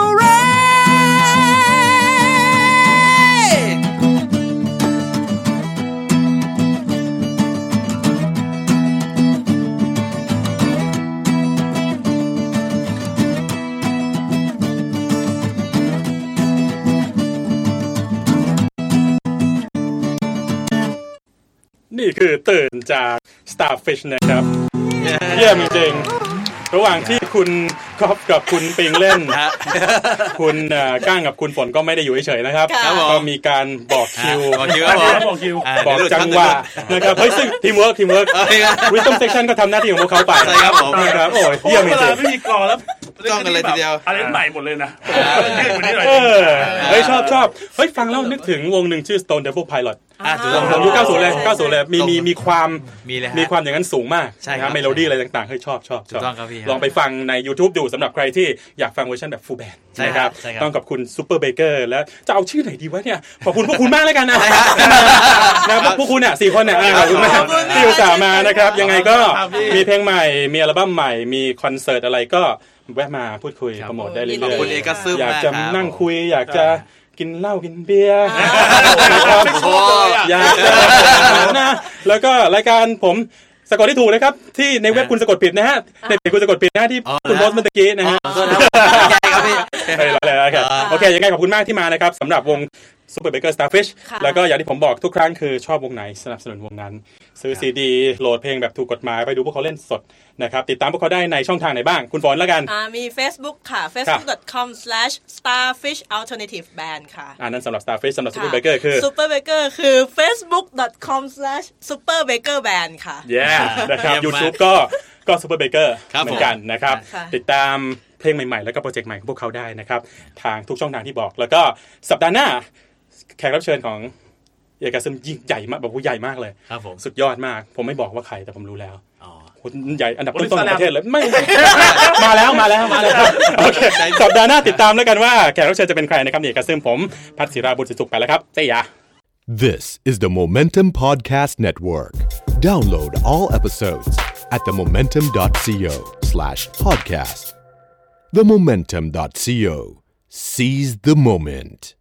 Speaker 2: นี่คือตื่นจาก Starfish นะครับเยี่ยมจริงๆระหว่างที่คุณก๊อฟกับคุณปิงเล่นคุณก้างกับคุณฝนก็ไม่ได้อยู่เฉยๆนะครับก็มีการบอกคิวบอกจังหวะนะครับเฮ้ยซึ่งทีมเวิร์กRhythm Section ก็ทำหน้าที่ของพวกเขาไปนะครับโอ้ยเยี่ยมจริงๆ
Speaker 6: พิธีกรแล้ว
Speaker 3: จ้องกันเลยทีเดียว
Speaker 6: อะไรใหม่หมดเลยนะ
Speaker 2: เฮ้ยชอบเฮ้ยฟังแล้วนึกถึงวงหนึ่งชื่อ Stone Temple Pilotsของยุค90เลยมีความอย่างนั้นสูงมากนะครับเมโลดี้อะไรต่างๆให้ชอบลองไปฟังใน YouTube ดูสำหรับใครที่อยากฟังเวอร์ชันแบบ full band นะครับต้องกับคุณซูเปอร์เบเกอร์แล้วจะเอาชื่อไหนดีวะเนี่ยขอบคุณพวกคุณมากแล้วกันนะพวกคุณเนี่ย4คนเนี่ยขอบคุณมากที่อุตส่าห์มานะครับยังไงก็มีเพลงใหม่มีอัลบั้มใหม่มีคอนเสิร์ตอะไรก็แวะมาพูดคุยโปรโมทได้เรื่อยๆอยากจะนั่งคุยอยากจะกินเหล้ากินเบียร์อยากนะแล้วก็รายการผมสะกดที่ถูกนะครับที่ในเว็บคุณสะกดผิดนะฮะในเพจคุณสะกดผิดนะที่คุณโพสต์เมื่อกี้นะฮะโอเคยังไงขอบคุณมากที่มานะครับสำหรับวง Super Baker Starfish แล้วก็อย่างที่ผมบอกทุกครั้งคือชอบวงไหนสนับสนุนวงนั้นซื้อซีดีโหลดเพลงแบบถูกกฎหมายไปดูพวกเขาเล่นสดนะครับติดตามพวกเขาได้ในช่องทางไหนบ้างคุณฝนแล้วกัน
Speaker 5: มี Facebook ค่ะ facebook.com/starfishalternativeBand ค่ะ
Speaker 2: นั้นสำหรับ Starfish สำหรับ Super Baker คือ
Speaker 5: Super Baker คือ facebook.com/superbakerband ค่ะ
Speaker 2: นะครับ YouTube ก็ Super Baker เหมือนกันนะครับติดตามเพลงใหม่ๆแล้วก็โปรเจกต์ใหม่ของพวกเขาได้นะครับทางทุกช่องทางที่บอกแล้วก็สัปดาห์หน้าแขกรับเชิญของเอกซึมยิ่งใหญ่มากแบบว่าใหญ่มากเลยสุดยอดมากผมไม่บอกว่าใครแต่ผมรู้แล้วใหญ่อันดับต้นๆของประเทศเลยไม่มาแล้วโอเคสัปดาห์หน้าติดตามแล้วกันว่าแขกรับเชิญจะเป็นใครนะครับเอกซึมผมพัฒศิราบุญสุขไปแล้วครับเสีย
Speaker 1: This is the Momentum Podcast Network. Download all episodes at themomentum.co/podcast. Themomentum.co. Seize the moment.